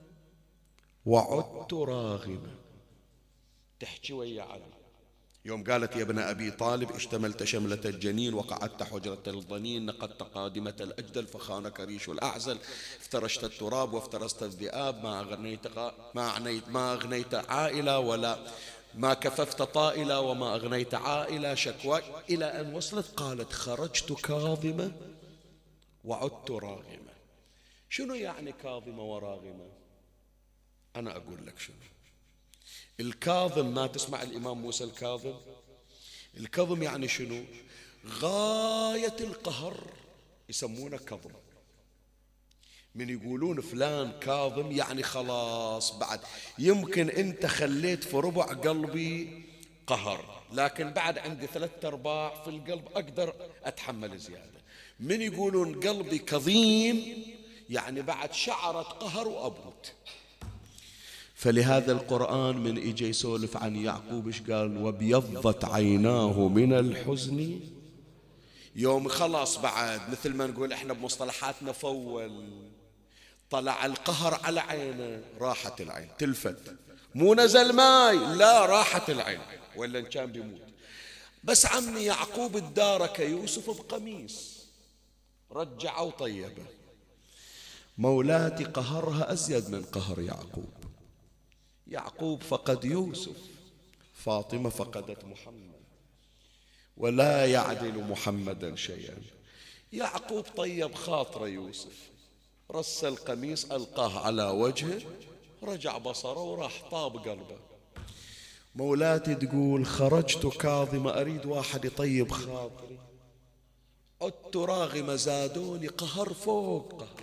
وعدت راغمة، تحكي ويا علي يوم قالت يا ابن أبي طالب اشتملت شملة الجنين وقعدت حجرة الضنين، نقدت قادمة الأجدل فخانك ريش الأعزل، افترشت التراب وافترست الذئاب، ما أغنيت عائلة ولا ما كففت طائلة وما أغنيت عائلة شكوى، إلى أن وصلت قالت خرجت كاظمة وعدت راغمة. شنو يعني كاظمة وراغمة؟ أنا أقول لك شنو الكاظم. ما تسمع الإمام موسى الكاظم؟ الكظم يعني شنو؟ غاية القهر يسمونه كظم. من يقولون فلان كاظم يعني خلاص، بعد يمكن أنت خليت في ربع قلبي قهر، لكن بعد عندي 3/4 في القلب أقدر أتحمل زيادة. من يقولون قلبي كظيم يعني بعد شعرة قهر وأبوت. فلهذا القرآن من إجي يسولف عن يعقوب إيش قال؟ وابيضت عيناه من الحزن، يوم خلاص بعد مثل ما نقول إحنا بمصطلحاتنا فول، طلع القهر على عينه، راحت العين تلفت، مو نزل ماي، لا راحت العين، ولا إن كان بيموت. بس عمي يعقوب ادارك يوسف بقميص، رجعه وطيبه. مولاتي قهرها أزيد من قهر يعقوب. يعقوب فقد يوسف، فاطمة فقدت محمد، ولا يعدل محمدا شيئا. يعقوب طيب خاطر يوسف، رس القميص ألقاه على وجهه، رجع بصره وراح طاب قلبه. مولاتي تقول خرجت كاظمة، أريد واحد يطيب خاطري، عدت راغمة، زادوني قهر فوق قهر،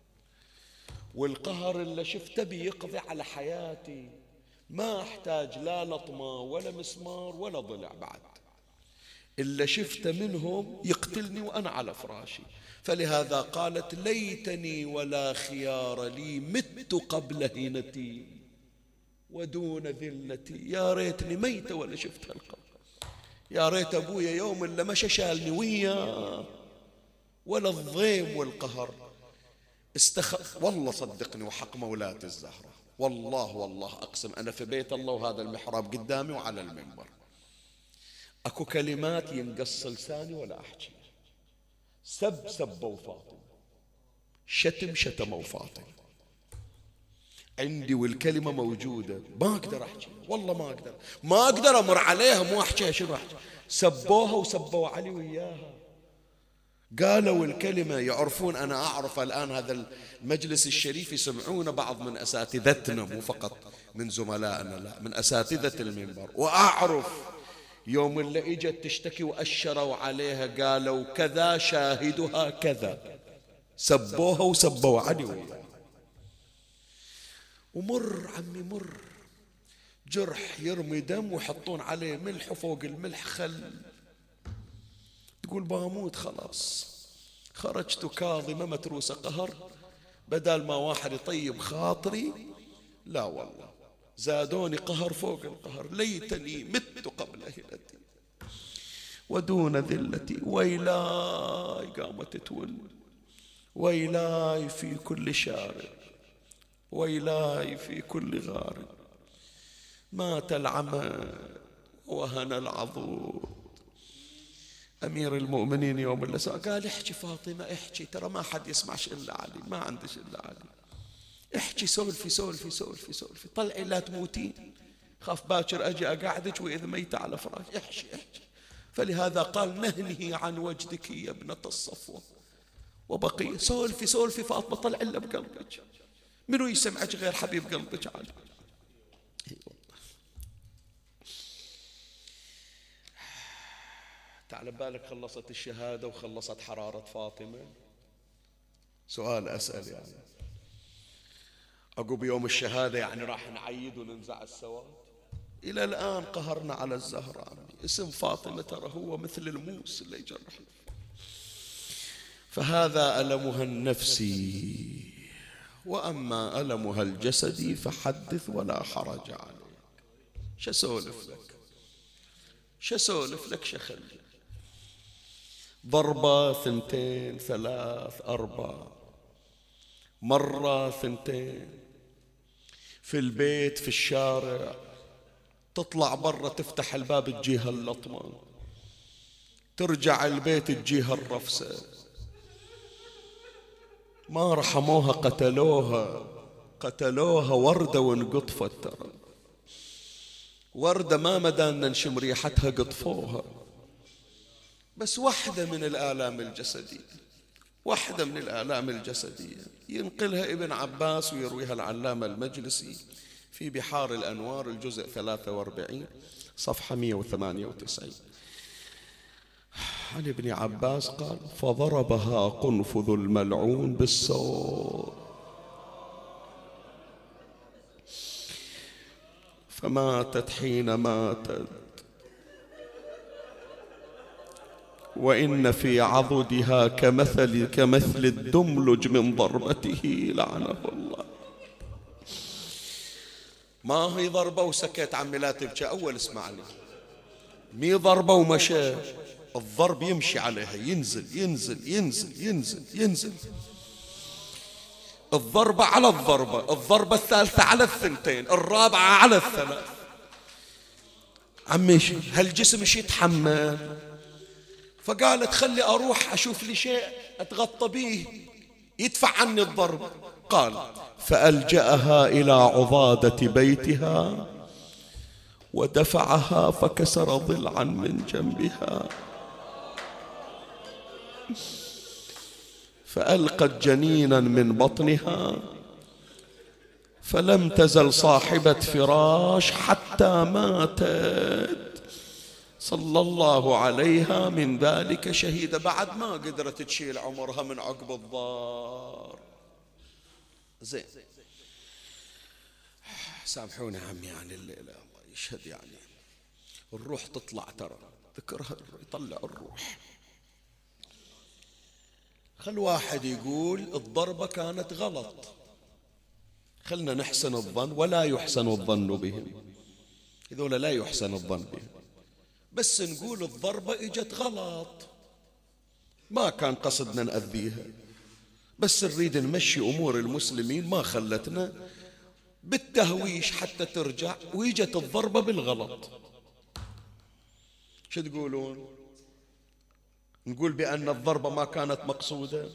والقهر اللي شفته بيقضي على حياتي، ما أحتاج لا لطمة ولا مسمار ولا ضلع، بعد اللي شفته منهم يقتلني وأنا على فراشي. فلهذا قالت ليتني ولا خيار لي، مت قبل هينتي ودون ذلتي. يا ريتني ميتة ولا شفت القبر، يا ريت أبويا يوم اللي مشى شالني وياه، ولا الضيم والقهر. والله صدقني وحق مولاتي الزهرة، والله أقسم، أنا في بيت الله وهذا المحراب قدامي وعلى المنبر، أكو كلمات ينقص لساني ولا أحكي. سبوا فاطمة، شتموا فاطمة عندي، والكلمة موجودة، ما أقدر أحكي، والله ما أقدر أمر عليها مو أحكيها. شنو أحكي؟ سبوها وسبوا علي وياها، قالوا الكلمة. يعرفون، أنا أعرف الآن هذا المجلس الشريف يسمعون بعض من أساتذتنا، مو فقط من زملائنا، لا، من أساتذة المنبر، وأعرف يوم اللي إجت تشتكي وأشروا عليها قالوا كذا شاهدها كذا، سبوها وسبوا علي وياها. ومر عمي مر، جرح يرمي دم ويحطون عليه ملح، وفوق الملح خل، تقول باموت خلاص. خرجت كاظمة متروسة قهر، بدل ما واحد يطيب خاطري، لا والله زادوني قهر فوق القهر. ليتني مت قبل هلتي ودون ذلتي، ويلاي قامت تول، ويلاي في كل شارع ويلاي في كل غار، مات العمى وهن العضود. أمير المؤمنين يوم اللي قال احكي فاطمة احكي، ترى ما حد يسمعش إلا علي، ما عندش إلا علي، احكي سولفي سولفي سولفي سولفي، طلعي لا تموتين، خاف باكر أجي أقعدك وإذا ميت على فراش، احكي احكي. فلهذا قال نهنه عن وجدك يا ابنة الصفوة وبقية، سولفي سولفي فاطمة، طلع إلا بقلبك، منو يسمعك غير حبيب قلبك علي. تعال بالك خلصت الشهادة وخلصت حرارة فاطمة، سؤال أسأل يعني عقب يوم الشهادة يعني راح نعيد وننزع السواد؟ إلى الآن قهرنا على الزهراء، اسم فاطمة ترى هو مثل الموس اللي يجرح. فهذا ألمها النفسي، وأما ألمها الجسدي فحدث ولا حرج عليك. شسولف لك شسولف لك شخلي، ضربة 2 3 4، مرة 2، في البيت في الشارع، تطلع برا تفتح الباب تجيها اللطمة، ترجع البيت تجيها الرفسة، ما رحموها قتلوها وردة وانقطفت. ترى وردة ما مدانا نشم ريحتها قطفوها. بس واحدة من الآلام الجسدية، واحدة من الآلام الجسدية ينقلها ابن عباس ويرويها العلامة المجلسي في بحار الأنوار الجزء 43 صفحة 198. عن ابن عباس قال فضربها قنفذ الملعون بالسوط فماتت حين ماتت، وإن في عضدها كمثل الدملج من ضربته لعنه الله. ما هي ضربة وسكت عمي لا تبكي، أول اسمع لي، مي ضربة ومشى، الضرب يمشي عليها، ينزل ينزل ينزل ينزل ينزل، الضربة على الضربة الثالثة على 2، الرابعة على 3. عمي هالجسم ايش يتحمل؟ فقالت خلي أروح أشوف لي شيء أتغطى به يدفع عني الضرب. قال فألجأها إلى عضادة بيتها ودفعها فكسر ضلعا من جنبها، فألقت جنينا من بطنها، فلم تزل صاحبة فراش حتى ماتت صلى الله عليها من ذلك شهيدة. بعد ما قدرت تشيل عمرها من عقب الضار. زين سامحوني عمي يعني الليلة الله يشهد يعني الروح تطلع، ترى ذكرها يطلع الروح. خل واحد يقول الضربة كانت غلط، خلنا نحسن الظن ولا يحسن الظن بهم، هذول لا يحسن الظن بهم، بس نقول الضربة اجت غلط، ما كان قصدنا نأذيها، بس نريد نمشي أمور المسلمين، ما خلتنا بالتهويش حتى ترجع ويجت الضربة بالغلط. شو تقولون؟ نقول بأن الضربة ما كانت مقصودة؟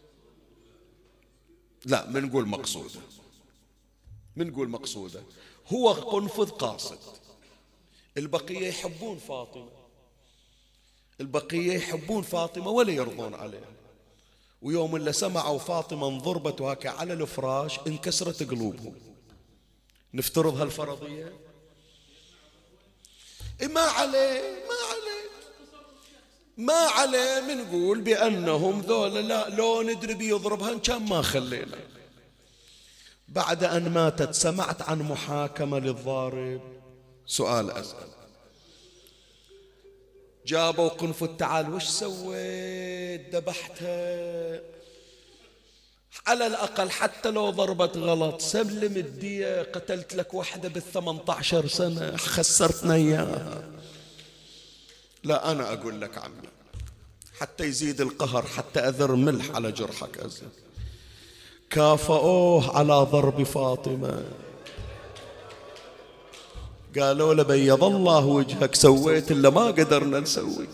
لا، منقول مقصودة، منقول مقصودة. هو قنفذ قاصد، البقية يحبون فاطمة، البقية يحبون فاطمة ولا يرضون عليها، ويوم اللي سمعوا فاطمة انضربت وهكا على الفراش انكسرت قلوبهم. نفترض هالفرضية؟ ما عليه ما عليه منقول بأنهم ذولا لا، لو ندري بيضربها كان ما خلينا. بعد أن ماتت سمعت عن محاكمة للضارب؟ سؤال أسأل. جابوا قنفذ تعال وش سويت؟ ذبحتها؟ على الأقل حتى لو ضربت غلط سلم الدية، قتلت لك واحدة بال18 سنة خسرتنا إياها. لا أنا أقول لك عمي حتى يزيد القهر، حتى أذر ملح على جرحك أزل، كافأوه على ضرب فاطمة، قالوا له بيض الله وجهك سويت اللي ما قدرنا نسوي.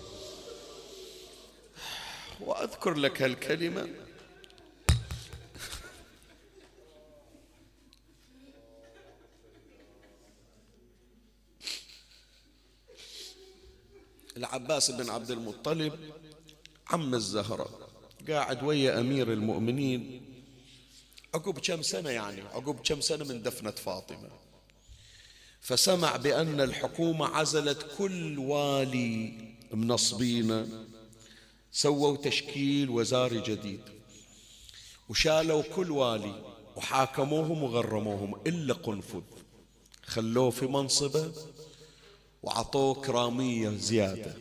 وأذكر لك هالكلمة العباس بن عبد المطلب عم الزهرة قاعد ويا أمير المؤمنين عقب كم سنة، يعني عقب كم سنة من دفنة فاطمة، فسمع بأن الحكومة عزلت كل والي منصبينه، سووا تشكيل وزاري جديد وشالوا كل والي وحاكموهم وغرموهم إلا قنفذ، خلوه في منصبه وعطوه كرامية زيادة.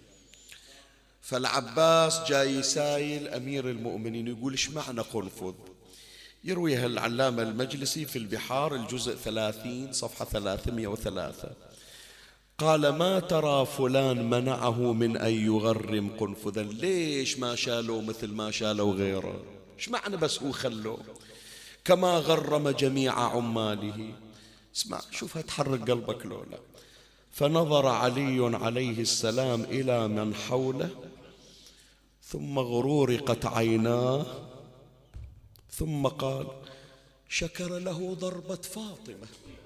فالعباس جاي سايل أمير المؤمنين يقول إيش معنى قنفذ؟ يرويها العلامة المجلسي في البحار الجزء 30 صفحة 303، قال ما ترى فلان منعه من أن يغرم قنفذا، ليش ما شالوا مثل ما شالوا غيره؟ إيش معنى بس هو خلوه كما غرم جميع عماله؟ اسمع شوفها تحرك قلبك لولا. فنظر علي عليه السلام إلى من حوله ثم غرورقت عيناه ثم قال شكر له ضربة فاطمة.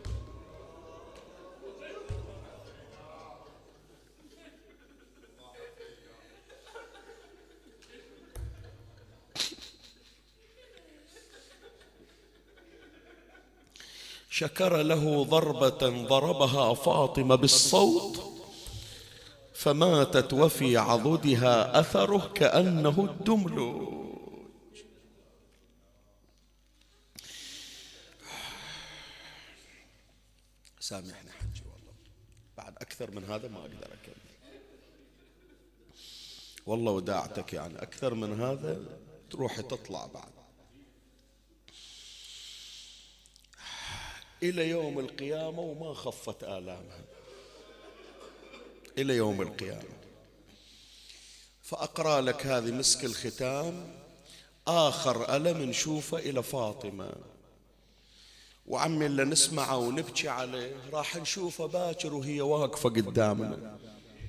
شكر له ضربة ضربها فاطمة بالصوت فماتت وفي عضدها أثره كأنه الدملج. سامحني حجي والله، بعد أكثر من هذا ما أقدر أكمل والله، وداعتك يعني أكثر من هذا تروحي تطلع بعد. إلى يوم القيامة وما خفت آلامها إلى يوم القيامة. فأقرأ لك هذه مسك الختام، آخر ألم نشوفه إلى فاطمة، وعمي اللي نسمعه ونبكي عليه راح نشوفه باكر وهي واقفة قدامنا.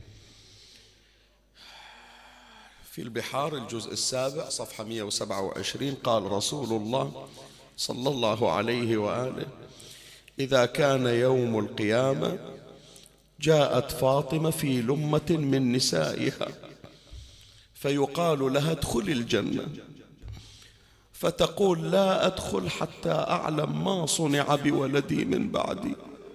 في البحار الجزء 7 صفحة 127 قال رسول الله صلى الله عليه وآله إذا كان يوم القيامة جاءت فاطمة في لمة من نسائها فيقال لها ادخلي الجنة، فتقول لا أدخل حتى أعلم ما صنع بولدي من بعدي.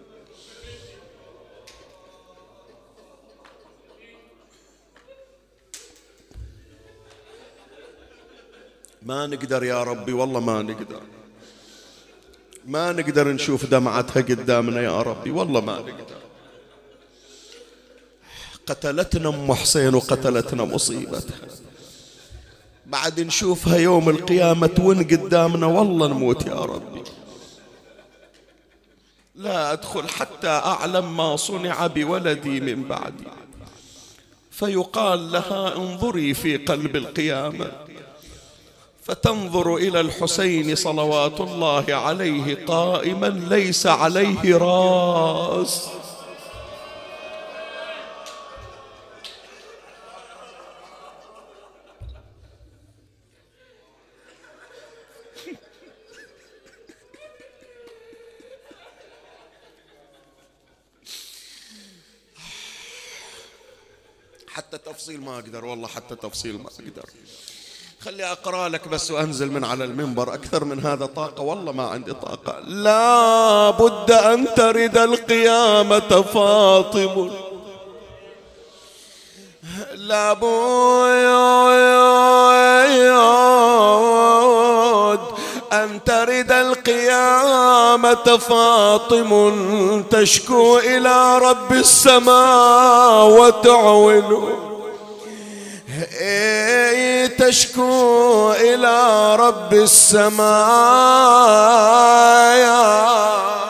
ما نقدر يا ربي والله ما نقدر نشوف دمعتها قدامنا يا ربي والله ما نقدر. قتلتنا أم حسين وقتلتنا مصيبتها، بعد نشوفها يوم القيامة وين قدامنا والله نموت يا ربي. لا أدخل حتى أعلم ما صنع بولدي من بعدي، فيقال لها انظري في قلب القيامة فتنظر إلى الحسين صلوات الله عليه قائما ليس عليه راس. حتى تفصيل ما أقدر والله، حتى تفصيل ما أقدر. خلي أقرأ لك بس وأنزل من على المنبر، أكثر من هذا طاقة والله ما عندي طاقة. لا بد أن ترد القيامة فاطم، لا بد أن ترد القيامة فاطم تشكو إلى رب السماء وتعول، تشكو إلى رب السماء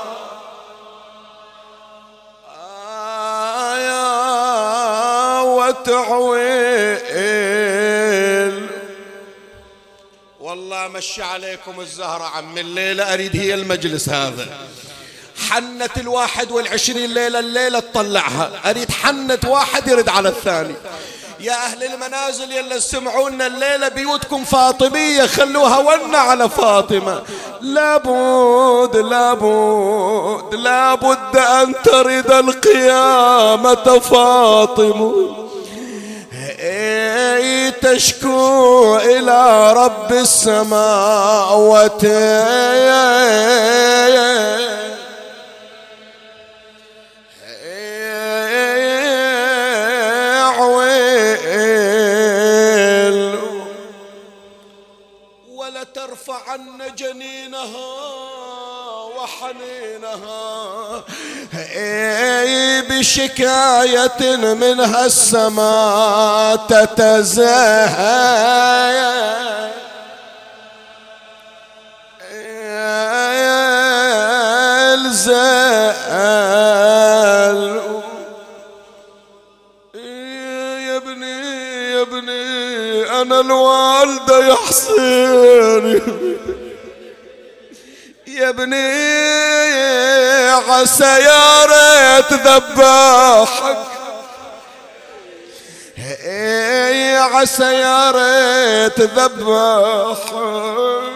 وتعويل. والله امشي عليكم الزهرة عم الليلة اريد هي المجلس هذا. حنة 21 ليلة الليلة تطلعها، اريد حنة واحد يرد على الثاني. يا اهل المنازل يلا سمعونا الليلة بيوتكم فاطمية، خلوها ونة على فاطمة. لابد لابد لابد ان ترد القيامة فاطمة، تشكو إلى رب السماوات ولا ترفعن جنينها وحنينها بشكاية منها السماء تتزلزل. يا ابني يا ابني أنا الوالدة يا حسين، يا ابني عسى يا ريت ذباحك، عسى يا ريت ذباحك،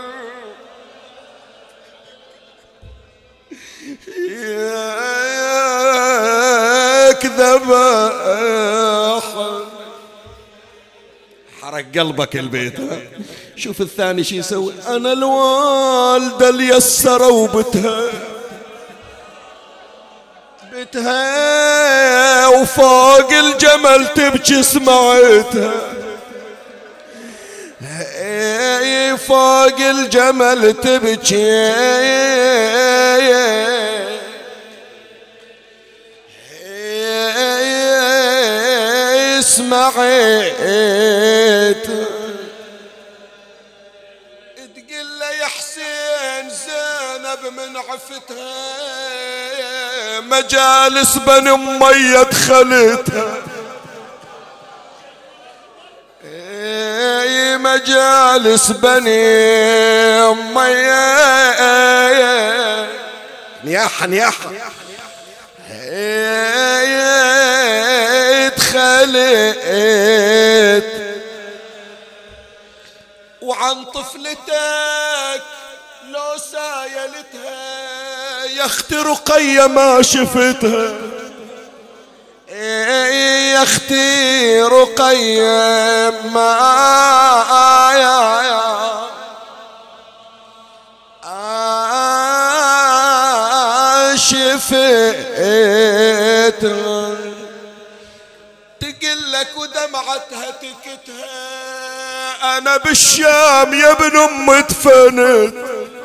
ياك ذباحك. حرق قلبك البيت. شوف الثاني شي يسوي، انا الوالدة اللي يسروا وبتها وفوق الجمل تبكي سمعتها، فوق الجمل تبكي سمعت. تقول له يا حسين زينب من عفتها مجالس بني أمية دخلتها، مجالس بني أمية نياحة نياحة دخلت. وعن طفلتك لو سايلتها يا اختي رقية ما شفتها، يا اختي رقية ما شفتها. تقلك ودمعتها تكتها، انا بالشام يا ابن ام دفنت.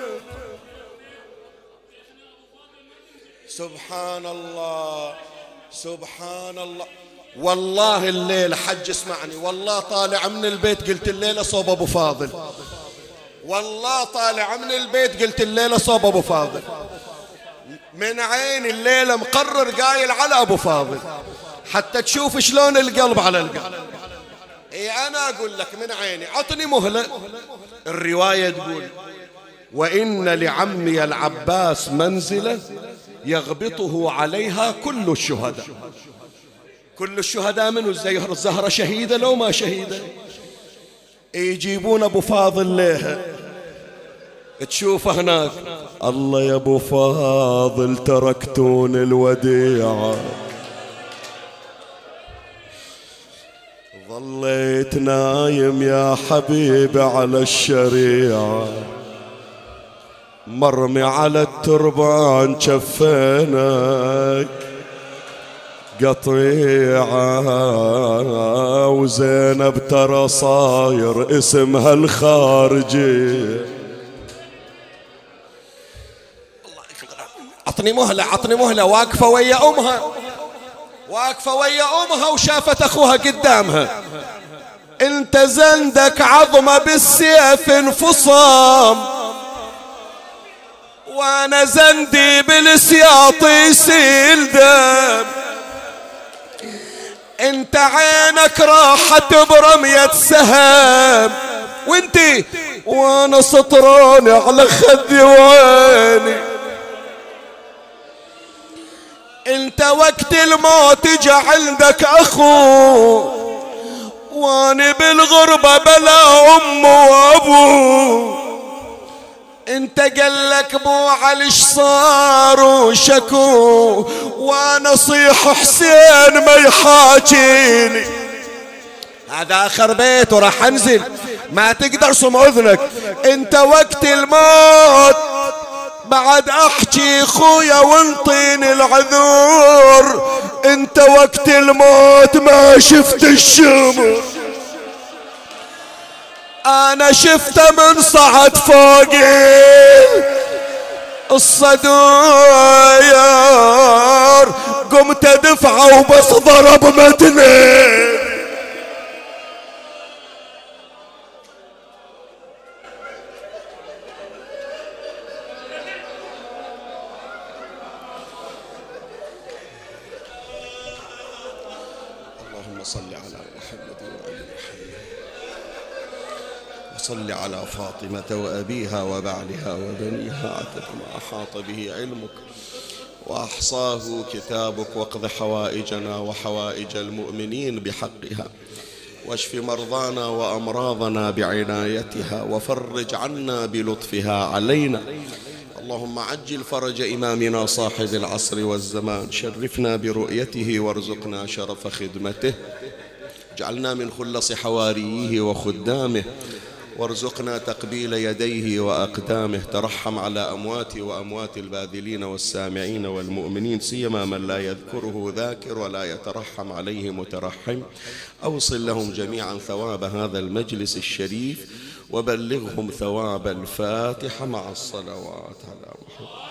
سبحان الله سبحان الله. والله الليلة حج اسمعني، والله طالع من البيت قلت الليلة صوب ابو فاضل، والله طالع من البيت قلت الليلة صوب ابو فاضل، من عين الليلة مقرر قايل على ابو فاضل حتى تشوف شلون القلب على القلب. اي انا اقول لك من عيني، عطني مهلة. الرواية تقول وإن لعمي العباس منزلة يغبطه عليها كل الشهداء. كل الشهداء منه الزهرة شهيدة لو ما شهيدة، يجيبون ابو فاضل ليها تشوفه هناك. الله يا ابو فاضل تركتون الوديعة، ظليت نايم يا حبيبي على الشريعة، مرمي على التربان شفينك قطيعة، وزينب ترى صاير اسمها الخارجي. عطني مهلة عطني مهلة. واقفة ويا أمها، واقفة ويا أمها وشافت أخوها قدامها. انت زندك عظمة بالسيف انفصام، وانا زندي بالسياط يسيل دم. انت عينك راحت برمية سهم، وانا سطراني على خدي وعيني. انت وقت الموت جا عندك اخو، واني بالغربة بلا ام وابو. انت قالك ابو علي ايش صار وشكو، وانا صيح حسين ما يحاجيني. هذا اخر بيت وراح انزل، ما تقدر صم اذنك. انت وقت الموت بعد احكي خويا وانطيني العذور. انت وقت الموت ما شفت الشمر، انا شفته من صعد فوقي الصدور. قمت ادفعه وبس ضرب متنين. اللهم صل على محمد وآل محمد، وصل على فاطمة وأبيها وبعلها وبنيها عدد ما أحاط به علمك وأحصاه كتابك. واقض حوائجنا وحوائج المؤمنين بحقها، واشف مرضانا وأمراضنا بعنايتها، وفرج عنا بلطفها علينا. اللهم عجل فرج إمامنا صاحب العصر والزمان، شرفنا برؤيته وارزقنا شرف خدمته. اجعلنا من خلص حواريه وخدامه، وارزقنا تقبيل يديه وأقدامه. ترحم على أمواتي وأموات الباذلين والسامعين والمؤمنين، سيما من لا يذكره ذاكر ولا يترحم عليه مترحم. أوصل لهم جميعا ثواب هذا المجلس الشريف، وبلغهم ثواب الفاتحة مع الصلوات على محمد.